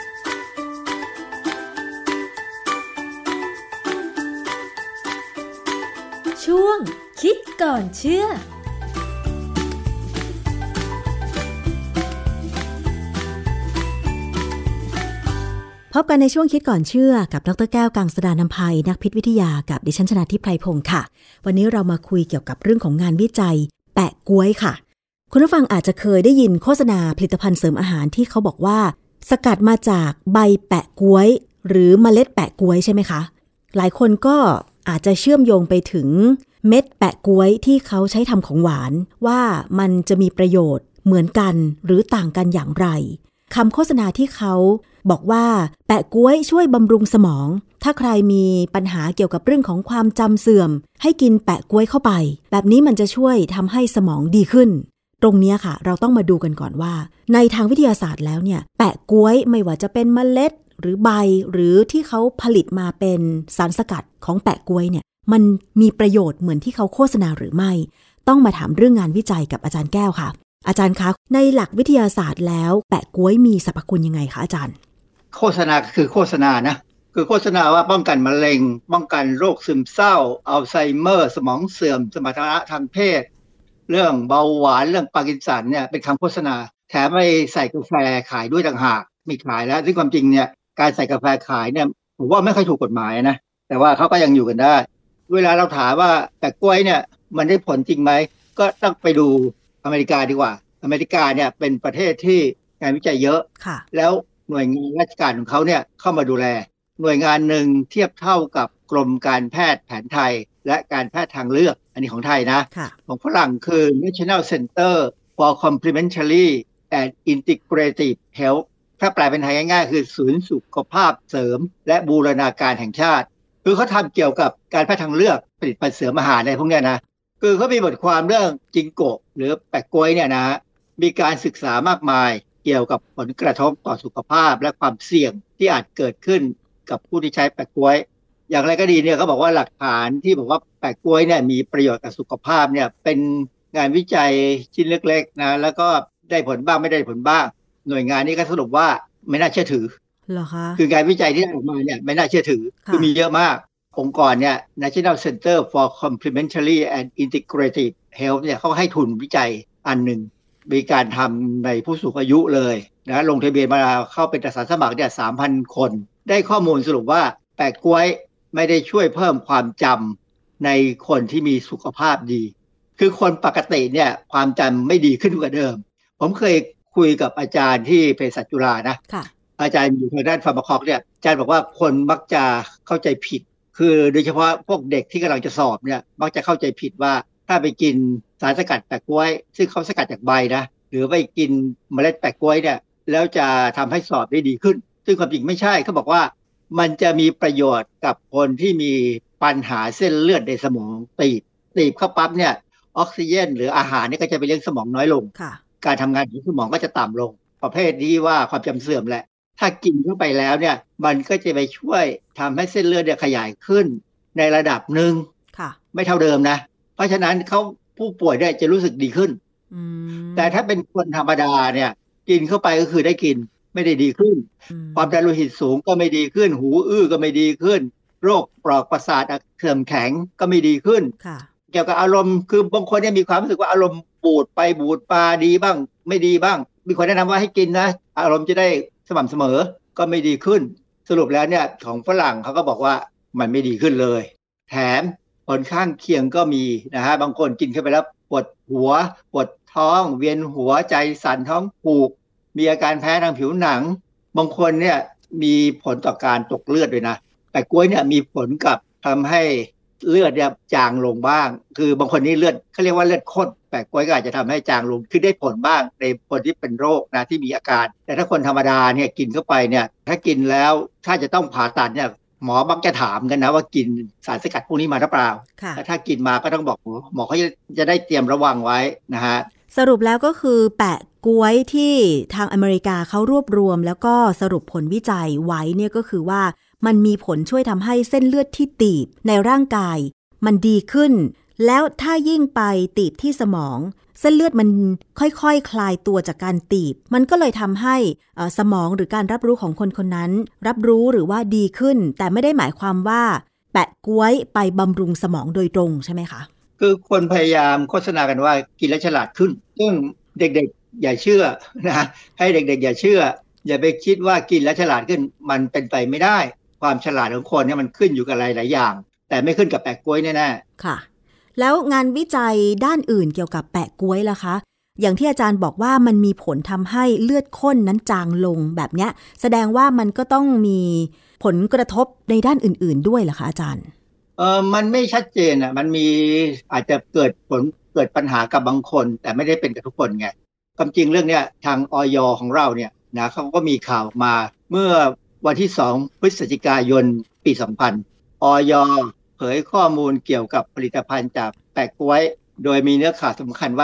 ช่วงคิดก่อนเชื่อพบกันในช่วงคิดก่อนเชื่อกับดร.แก้วกังสดาลอำไพนักพิษวิทยากับดิฉันชนาธิปไพรพงศ์ค่ะวันนี้เรามาคุยเกี่ยวกับเรื่องของงานวิจัยแปะก๊วยค่ะคุณผู้ฟังอาจจะเคยได้ยินโฆษณาผลิตภัณฑ์เสริมอาหารที่เขาบอกว่าสกัดมาจากใบแปะก๊วยหรือเมล็ดแปะก๊วยใช่ไหมคะหลายคนก็อาจจะเชื่อมโยงไปถึงเม็ดแปะก๊วยที่เขาใช้ทำของหวานว่ามันจะมีประโยชน์เหมือนกันหรือต่างกันอย่างไรคำโฆษณาที่เขาบอกว่าแปะก๊วยช่วยบำรุงสมองถ้าใครมีปัญหาเกี่ยวกับเรื่องของความจำเสื่อมให้กินแปะก๊วยเข้าไปแบบนี้มันจะช่วยทำให้สมองดีขึ้นตรงนี้ค่ะเราต้องมาดูกันก่อนว่าในทางวิทยาศาสตร์แล้วเนี่ยแปะก๊วยไม่ว่าจะเป็นเมล็ดหรือใบหรือที่เขาผลิตมาเป็นสารสกัดของแปะก๊วยเนี่ยมันมีประโยชน์เหมือนที่เขาโฆษณาหรือไม่ต้องมาถามเรื่องงานวิจัยกับอาจารย์แก้วค่ะอาจารย์คะในหลักวิทยาศาสตร์แล้วแปะก๊วยมีสรรพคุณยังไงคะอาจารย์โฆษณาคือโฆษณานะคือโฆษณาว่าป้องกันมะเร็งป้องกันโรคซึมเศร้าอัลไซเมอร์สมองเสื่อมสมรรถนะทางเพศเรื่องเบาหวานเรื่องปาร์กินสันเนี่ยเป็นคำโฆษณาแถมไม่ใส่กาแฟขายด้วยต่างหากมีขายแล้วซึ่งความจริงเนี่ยการใส่กาแฟขายเนี่ยผมว่าไม่ค่อยถูกกฎหมายนะแต่ว่าเขาก็ยังอยู่กันได้เวลาเราถามว่าแปะกล้วยเนี่ยมันได้ผลจริงไหมก็ต้องไปดูอเมริกาดีกว่าอเมริกาเนี่ยเป็นประเทศที่งานวิจัยเยอะแล้วหน่วยงานราชการของเขาเนี่ยเข้ามาดูแลหน่วยงานหนึ่งเทียบเท่ากับกรมการแพทย์แผนไทยและการแพทย์ทางเลือกอันนี้ของไทยนะของฝรั่งคือ National Center for Complementary and Integrative Health ถ้าแปลเป็นไทยง่ายๆคือศูนย์สุขภาพเสริมและบูรณาการแห่งชาติคือเขาทำเกี่ยวกับการแพทย์ทางเลือกผลิตภัณฑ์เสริมอาหารในพวกนี้นะคือเขามีบทความเรื่องจิงโกะหรือแปะกล้วยเนี่ยนะมีการศึกษามากมายเกี่ยวกับผลกระทบต่อสุขภาพและความเสี่ยงที่อาจเกิดขึ้นกับผู้ที่ใช้แปะกล้วยอย่างไรก็ดีเนี่ยเขาบอกว่าหลักฐานที่บอกว่าแปะกล้วยเนี่ยมีประโยชน์กับสุขภาพเนี่ยเป็นงานวิจัยชิ้นเล็กๆนะแล้วก็ได้ผลบ้างไม่ได้ผลบ้างหน่วยงานนี้ก็สรุปว่าไม่น่าเชื่อถือเหรอคะคืองานวิจัยที่ออกมาเนี่ยไม่น่าเชื่อถือคือมีเยอะมากองค์กรเนี่ย National Center for Complementary and Integrative Health เนี่ยเขาให้ทุนวิจัยอันหนึ่งมีการทำในผู้สูงอายุเลยนะลงทะเบียนมาเข้าเป็นอาสาสมัครเนี่ย สามพัน คนได้ข้อมูลสรุปว่าแปะกล้วยไม่ได้ช่วยเพิ่มความจำในคนที่มีสุขภาพดีคือคนปกติเนี่ยความจำไม่ดีขึ้นกว่าเดิมผมเคยคุยกับอาจารย์ที่เภสัชจุฬานะอาจารย์อยู่ทางด้านฟาร์มาคอลเนี่ยอาจารย์บอกว่าคนมักจะเข้าใจผิดคือโดยเฉพาะพวกเด็กที่กำลังจะสอบเนี่ยมักจะเข้าใจผิดว่าถ้าไปกินสารสกัดแปะกล้วยซึ่งเขาสกัดจากใบนะหรือไปกินเมล็ดแปะกล้วยเนี่ยแล้วจะทำให้สอบได้ดีขึ้นซึ่งความจริงไม่ใช่เขาบอกว่ามันจะมีประโยชน์กับคนที่มีปัญหาเส้นเลือดในสมองตีบตีบเข้าปั๊บเนี่ยออกซิเจนหรืออาหารนี่ก็จะไปเลี้ยงสมองน้อยลงการทำงานของสมองก็จะต่ำลงประเภทนี้ว่าความจำเสื่อมแหละถ้ากินเข้าไปแล้วเนี่ยมันก็จะไปช่วยทำให้เส้นเลือดเนี่ยขยายขึ้นในระดับหนึ่งไม่เท่าเดิมนะเพราะฉะนั้นเขาผู้ป่วยได้จะรู้สึกดีขึ้นแต่ถ้าเป็นคนธรรมดาเนี่ยกินเข้าไปก็คือได้กินไม่ได้ดีขึ้นความดันโลหิตสูงก็ไม่ดีขึ้นหูอื้อก็ไม่ดีขึ้นโรคปลอกประสาทเสื่อมแข็งก็ไม่ดีขึ้นเกี่ยวกับอารมณ์คือบางคนเนี่ยมีความรู้สึกว่าอารมณ์บูดไปบูดมาดีบ้างไม่ดีบ้างมีคนแนะนำว่าให้กินนะอารมณ์จะได้สม่ำเสมอก็ไม่ดีขึ้นสรุปแล้วเนี่ยของฝรั่งเขาก็บอกว่ามันไม่ดีขึ้นเลยแถมผลข้างเคียงก็มีนะฮะบางคนกินเข้าไปแล้วปวดหัวปวดท้องเวียนหัวใจสั่นท้องผูกมีอาการแพ้ทางผิวหนังบางคนเนี่ยมีผลต่อการตกเลือดด้วยนะแต่กล้วยเนี่ยมีผลกับทำให้เลือดเนี่ยจางลงบ้างคือบางคนนี่เลือดเขาเรียกว่าเลือดข้นแต่กล้วยก็อาจจะทำให้จางลงคือได้ผลบ้างในคนที่เป็นโรคนะที่มีอาการแต่ถ้าคนธรรมดาเนี่ยกินเข้าไปเนี่ยถ้ากินแล้วถ้าจะต้องผ่าตัดเนี่ยหมอมักจะถามกันนะว่ากินสารสกัดพวกนี้มาหรือเปล่าแต่ถ้ากินมาก็ต้องบอกหมอหมอเขาจะได้เตรียมระวังไว้นะฮะสรุปแล้วก็คือแปะกล้วยที่ทางอเมริกาเขารวบรวมแล้วก็สรุปผลวิจัยไว้เนี่ยก็คือว่ามันมีผลช่วยทำให้เส้นเลือดที่ตีบในร่างกายมันดีขึ้นแล้วถ้ายิ่งไปตีบที่สมองเส้นเลือดมันค่อยๆ ค, คลายตัวจากการตีบมันก็เลยทำให้สมองหรือการรับรู้ของคนคนนั้นรับรู้หรือว่าดีขึ้นแต่ไม่ได้หมายความว่าแปะกล้วยไปบำรุงสมองโดยตรงใช่ไหมคะคือคนพยายามโฆษณากันว่ากินแล้วฉลาดขึ้นซึ่งเด็กๆอย่าเชื่อนะให้เด็กๆอย่าเชื่ออย่าไปคิดว่ากินแล้วฉลาดขึ้นมันเป็นไปไม่ได้ความฉลาดของคนเนี่ยมันขึ้นอยู่กับหลายๆอย่างแต่ไม่ขึ้นกับแปะกล้วยแน่ๆค่ะแล้วงานวิจัยด้านอื่นเกี่ยวกับแปะกล้วยล่ะคะอย่างที่อาจารย์บอกว่ามันมีผลทำให้เลือดข้นนั้นจางลงแบบเนี้ยแสดงว่ามันก็ต้องมีผลกระทบในด้านอื่นๆด้วยเหรอคะอาจารย์เออมันไม่ชัดเจนอ่ะมันมีอาจจะเกิดผลเกิดปัญหากับบางคนแต่ไม่ได้เป็นกับทุกคนไงความจริงเรื่องเนี้ยทางอย.ของเราเนี่ยนะเขาก็มีข่าวมาเมื่อวันที่สองพฤศจิกายนปีสองพันอย.เผยข้อมูลเกี่ยวกับผลิตภัณฑ์จากแปะกล้วยโดยมีเนื้อข่าวสำคัญว่า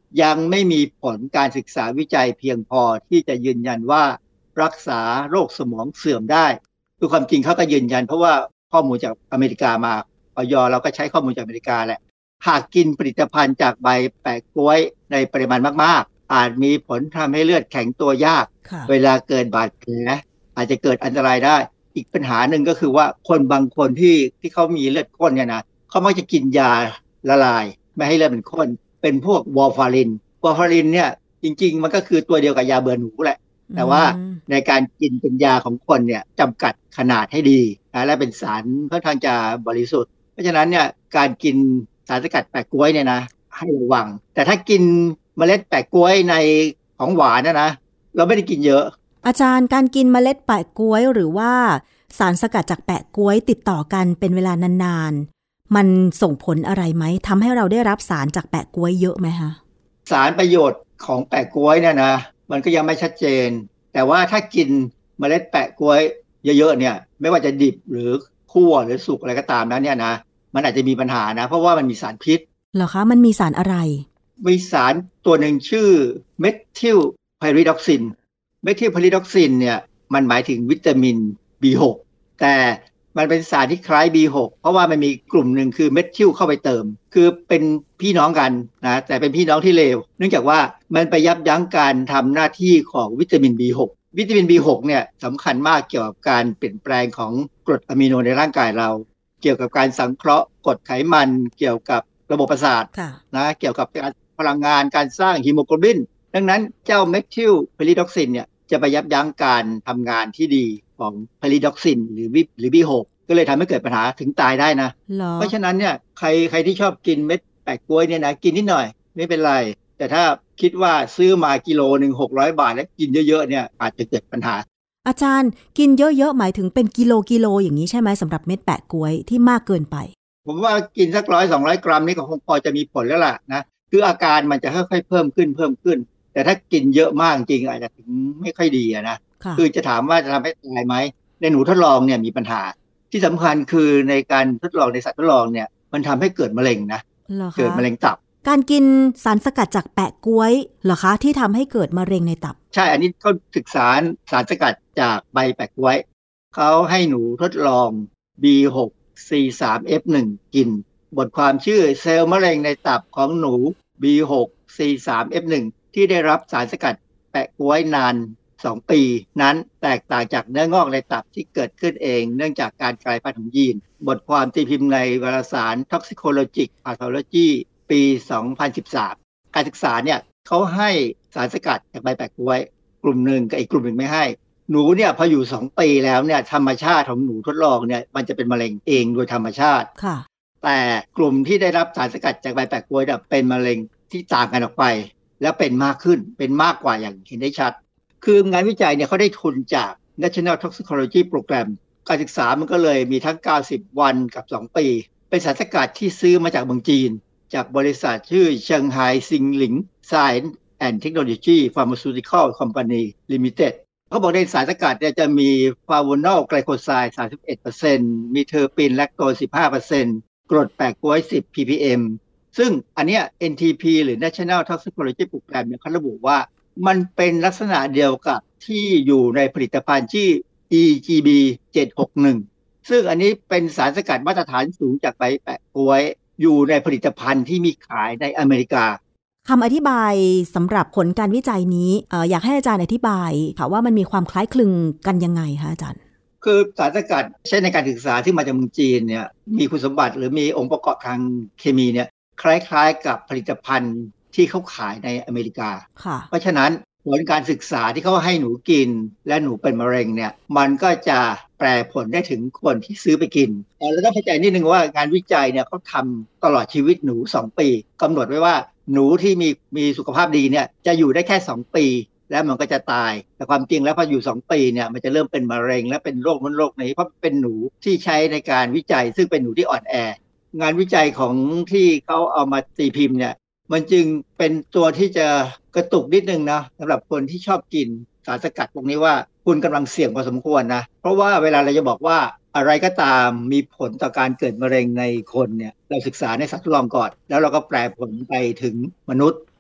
ยังไม่มีผลการศึกษาวิจัยเพียงพอที่จะยืนยันว่ารักษาโรคสมองเสื่อมได้คือความจริงเขาก็ยืนยันเพราะว่าข้อมูลจากอเมริกามาอย.เราก็ใช้ข้อมูลจากอเมริกาแหละหากกินผลิตภัณฑ์จากใบแปะก๊วยในปริมาณมากๆอาจมีผลทำให้เลือดแข็งตัวยากเวลาเกิดบาดแผลอาจจะเกิดอันตรายได้อีกปัญหาหนึ่งก็คือว่าคนบางคนที่ที่เขามีเลือดข้นเนี่ยนะเขามักจะกินยาละลายไม่ให้เลือดมันข้นเป็นพวกวอร์ฟารินวอร์ฟารินเนี่ยจริงๆมันก็คือตัวเดียวกับยาเบื่อหนูแหละแต่ว่าในการกินเป็นยาของคนเนี่ยจำกัดขนาดให้ดีนะและเป็นสารค่อนข้างจะบริสุทธิ์เพราะฉะนั้นเนี่ยการกินสารสกัดแปะก๊วยเนี่ยนะให้ระวังแต่ถ้ากินเมล็ดแปะก๊วยในของหวานนะนะเราไม่ได้กินเยอะอาจารย์การกินเมล็ดแปะก๊วยหรือว่าสารสกัดจากแปะก๊วยติดต่อกันเป็นเวลานานๆมันส่งผลอะไรไหมทำให้เราได้รับสารจากแปะก๊วยเยอะไหมคะสารประโยชน์ของแปะก๊วยเนี่ยนะมันก็ยังไม่ชัดเจนแต่ว่าถ้ากินเมล็ดแปะก๊วยเยอะๆเนี่ยไม่ว่าจะดิบหรือคั่วหรือสุกอะไรก็ตามนั้นเนี่ยนะมันอาจจะมีปัญหานะเพราะว่ามันมีสารพิษเหรอคะมันมีสารอะไรมีสารตัวหนึ่งชื่อเมทิลไพริดอกซินเมทิลไพริดอกซินเนี่ยมันหมายถึงวิตามิน บี หก แต่มันเป็นสารที่คล้าย บี หก เพราะว่ามันมีกลุ่มหนึ่งคือเมทิลเข้าไปเติมคือเป็นพี่น้องกันนะแต่เป็นพี่น้องที่เลวเนื่องจากว่ามันไปยับยั้งการทำหน้าที่ของวิตามิน บี หก วิตามิน บี หก เนี่ยสำคัญมากเกี่ยวกับการเปลี่ยนแปลงของกรดอะมิโนในร่างกายเราเกี่ยวกับการสังเคราะห์กรดไขมันเกี่ยวกับระบบประสาทนะเกี่ยวกับการพลังงานการสร้างฮีโมโกลบินดังนั้นเจ้าเมทิลไพริดอกซินเนี่ยจะไปยับยั้งการทำงานที่ดีของไพริดอกซินหรือหรือ บี หก ก็เลยทำให้เกิดปัญหาถึงตายได้นะเพราะฉะนั้นเนี่ยใครใครที่ชอบกินเม็ดแปะก๊วยเนี่ยนะกินนิดหน่อยไม่เป็นไรแต่ถ้าคิดว่าซื้อมากิโลนึงหกร้อยบาทแล้วกินเยอะๆเนี่ยอาจจะเกิดปัญหาอาจารย์กินเยอะๆหมายถึงเป็นกิโลกิโลอย่างนี้ใช่ไหมสำหรับเม็ดแปะก๊วยที่มากเกินไปผมว่ากินสักร้อยสองร้อยกรัมนี่ก็คงพอจะมีผลแล้วล่ะนะคืออาการมันจะค่อยๆเพิ่มขึ้นเพิ่มขึ้นแต่ถ้ากินเยอะมากจริงอาจจะถึงไม่ค่อยดีนะคือจะถามว่าจะทำให้ตายไหมในหนูทดลองเนี่ยมีปัญหาที่สำคัญคือในการทดลองในสัตว์ทดลองเนี่ยมันทำให้เกิดมะเร็งนะเกิดมะเร็งตับการกินสารสกัดจากแปะก๊วยเหรอคะที่ทำให้เกิดมะเร็งในตับใช่อันนี้เขาศึกษาสารสกัดจากใบแปะก๊วยเขาให้หนูทดลอง บี หก ซี สาม เอฟ หนึ่ง กินบทความชื่อเซลล์มะเร็งในตับของหนู บี หก ซี สาม เอฟ หนึ่ง ที่ได้รับสารสกัดแปะก๊วยนานสองปีนั้นแตกต่างจากเนื้องอกในตับที่เกิดขึ้นเองเนื่องจากการกลายพันธุ์ของยีนบทความตีพิมพ์ในวารสาร Toxicologic Pathology ปี สองพันสิบสาม การศึกษาเนี่ยเขาให้สารสกัดจากใบแปะก๊วยกลุ่มหนึ่งกับอีกกลุ่มหนึ่งไม่ให้หนูเนี่ยพออยู่สองปีแล้วเนี่ยธรรมชาติของหนูทดลองเนี่ยมันจะเป็นมะเร็งเองโดยธรรมชาติค่ะแต่กลุ่มที่ได้รับสารสกัดจากใบแปะก๊วยเนี่ยเป็นมะเร็งที่ต่างกันออกไปแล้วเป็นมากขึ้นเป็นมากกว่าอย่างเห็นได้ชัดคืองานวิจัยเนี่ยเขาได้ทุนจาก National Toxicology Program การศึกษามันก็เลยมีทั้งเก้าสิบวันกับสองปีเป็นสารสกัดที่ซื้อมาจากเมืองจีนจากบริษัทชื่อ Shanghai Xingling Science and Technology Pharmaceutical Company Limited เขาบอกในสารสกัดเนี่ยจะมีฟลาโวนอลไกลโคไซด์ สามสิบเอ็ดเปอร์เซ็นต์ มีเทอร์ปินแลคโตส สิบห้าเปอร์เซ็นต์ กรดแปะก๊วย สิบ พี พี เอ็ม ซึ่งอันเนี้ย เอ็น ที พี หรือ National Toxicology Program เนี่ยเขาระบุว่ามันเป็นลักษณะเดียวกับที่อยู่ในผลิตภัณฑ์ที่ อี จี บี เจ็ดหกหนึ่ง ซึ่งอันนี้เป็นสารสกัดมาตรฐานสูงจากใบแปะก๊วยอยู่ในผลิตภัณฑ์ที่มีขายในอเมริกาคำอธิบายสำหรับผลการวิจัยนี้ เอ่อ อยากให้อาจารย์อธิบายค่ะว่ามันมีความคล้ายคลึงกันยังไงคะอาจารย์คือสารสกัดใช้ในการศึกษาที่มาจากเมืองจีนเนี่ยมีคุณสมบัติหรือมีองค์ประกอบทางเคมีเนี่ยคล้ายๆกับผลิตภัณฑ์ที่เขาขายในอเมริกาเพราะฉะนั้นผลการศึกษาที่เขาให้หนูกินและหนูเป็นมะเร็งเนี่ยมันก็จะแปรผลได้ถึงคนที่ซื้อไปกินแต่เราต้องเข้าใจนิดนึงว่างานวิจัยเนี่ยเขาทำตลอดชีวิตหนูสองปีกำหนดไว้ว่าหนูที่มีมีสุขภาพดีเนี่ยจะอยู่ได้แค่สองปีแล้วมันก็จะตายแต่ความจริงแล้วพออยู่สองปีเนี่ยมันจะเริ่มเป็นมะเร็งและเป็นโรคนั้นโรคนี้เพราะเป็นหนูที่ใช้ในการวิจัยซึ่งเป็นหนูที่อ่อนแองานวิจัยของที่เขาเอามาตีพิมพ์เนี่ยมันจึงเป็นตัวที่จะกระตุกนิดนึงนะสำหรับคนที่ชอบกินสารสกัดพวกนี้ว่าคุณกำลังเสี่ยงพอสมควรนะเพราะว่าเวลาเราจะบอกว่าอะไรก็ตามมีผลต่อการเกิดมะเร็งในคนเนี่ยเราศึกษาในสัตว์ทดลองก่อนแล้วเราก็แปรผลไปถึงมนุษย์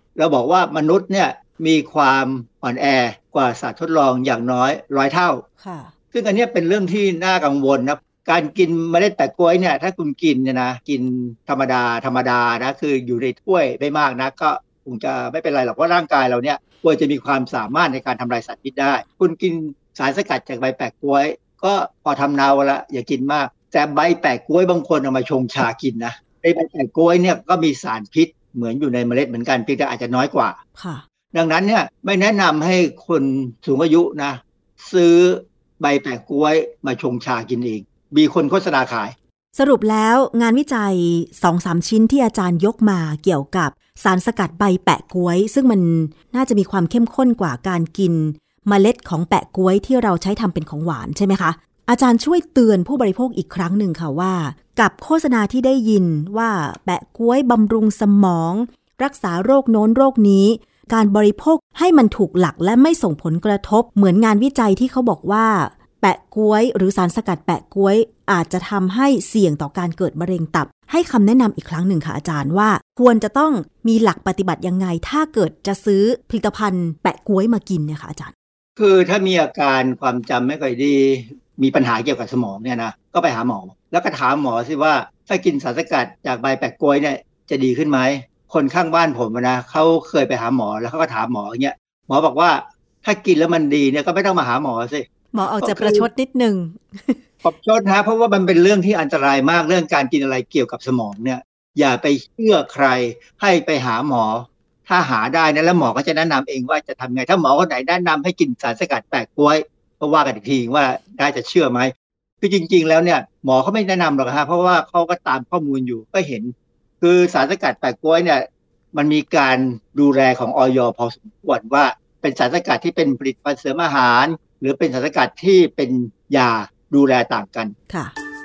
เราบอกว่ามนุษย์เนี่ยมีความอ่อนแอกว่าสัตว์ทดลองอย่างน้อยร้อยเท่าค่ะซึ่งอันนี้เป็นเรื่องที่น่ากังวลนะการกินเมล็ดแปะก๊วยเนี่ยถ้าคุณกินเนี่ยนะกินธรรมดาธรรมดานะคืออยู่ในถ้วยไม่มากนะก็คงจะไม่เป็นไรหรอกเพราะร่างกายเราเนี่ยควรจะมีความสามารถในการทำลายสารพิษได้คุณกินสารสกัดจากใบแปะก๊วยก็พอทำนาวละอย่ากินมากแต่ใบแปะก๊วยบางคนเอามาชงชากินนะในใบแปะก๊วยเนี่ยก็มีสารพิษเหมือนอยู่ในเมล็ดเหมือนกันเพียงแต่อาจจะน้อยกว่าค่ะดังนั้นเนี่ยไม่แนะนำให้คนสูงอายุนะซื้อใบแปะก๊วยมาชงชากินเองมีคนโฆษณาขายสรุปแล้วงานวิจัย สองถึงสาม ชิ้นที่อาจารย์ยกมาเกี่ยวกับสารสกัดใบแปะก๊วยซึ่งมันน่าจะมีความเข้มข้นกว่าการกินเมล็ดของแปะก๊วยที่เราใช้ทำเป็นของหวานใช่ไหมคะอาจารย์ช่วยเตือนผู้บริโภคอีกครั้งหนึ่งค่ะว่ากับโฆษณาที่ได้ยินว่าแปะก๊วยบำรุงสมองรักษาโรคโน้นโรคนี้การบริโภคให้มันถูกหลักและไม่ส่งผลกระทบเหมือนงานวิจัยที่เขาบอกว่าแปะก๊วยหรือสารสกัดแปะก๊วยอาจจะทำให้เสี่ยงต่อการเกิดมะเร็งตับให้คำแนะนำอีกครั้งหนึ่งค่ะอาจารย์ว่าควรจะต้องมีหลักปฏิบัติยังไงถ้าเกิดจะซื้อผลิตภัณฑ์แปะก๊วยมากินเนี่ยค่ะอาจารย์คือถ้ามีอาการความจำไม่ค่อยดีมีปัญหาเกี่ยวกับสมองเนี่ยนะก็ไปหาหมอแล้วก็ถามหมอสิว่าถ้ากินสารสกัดจากใบแปะก๊วยเนี่ยจะดีขึ้นไหมคนข้างบ้านผมนะเขาเคยไปหาหมอแล้วเขาก็ถามหมออย่างเงี้ยหมอบอกว่าถ้ากินแล้วมันดีเนี่ยก็ไม่ต้องมาหาหมอสิหมอออกจะประชดนิดนึงประชดนะเพราะว่ามันเป็นเรื่องที่อันตรายมากเรื่องการกินอะไรเกี่ยวกับสมองเนี่ยอย่าไปเชื่อใครให้ไปหาหมอถ้าหาได้นะแล้วหมอก็จะแนะนำเองว่าจะทำไงถ้าหมอคนไหนแนะนำให้กินสารสกัดแปะก๊วยก็ว่ากันอีกทีว่าได้จะเชื่อไหมคือจริงๆแล้วเนี่ยหมอเขาไม่แนะนำหรอกฮะเพราะว่าเขาก็ตามข้อมูลอยู่ก็เห็นคือสารสกัดแปะก๊วยเนี่ยมันมีการดูแลของอย.พอสมควรว่าเป็นสารสกัดที่เป็นผลิตภัณฑ์เสริมอาหารหรือเป็นสารสกัดที่เป็นยาดูแลต่างกันค่ะ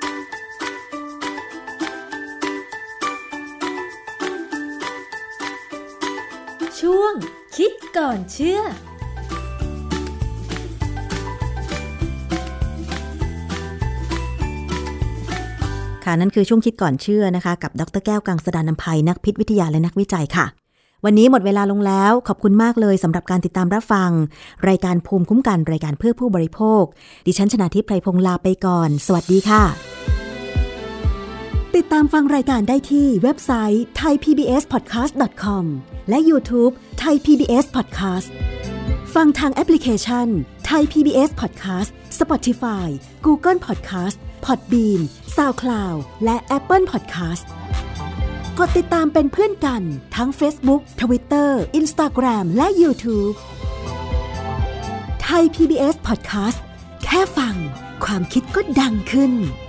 ช่วงคิดก่อนเชื่อค่ะนั่นคือช่วงคิดก่อนเชื่อนะคะกับดร.แก้วกังสดาลอำไพนักพิษวิทยาและนักวิจัยค่ะวันนี้หมดเวลาลงแล้วขอบคุณมากเลยสำหรับการติดตามรับฟังรายการภูมิคุ้มกันรายการเพื่อผู้บริโภคดิฉันชนาธิป ไพรพงษ์ลาไปก่อนสวัสดีค่ะติดตามฟังรายการได้ที่เว็บไซต์ ไทย พี บี เอส พอดแคสต์ ดอท คอม และ YouTube Thai พี บี เอส Podcast ฟังทางแอปพลิเคชัน Thai พี บี เอส Podcast Spotify Google Podcast Podbean SoundCloud และ Apple Podcastกดติดตามเป็นเพื่อนกันทั้ง Facebook Twitter Instagram และ YouTube Thai พี บี เอส Podcast แค่ฟังความคิดก็ดังขึ้น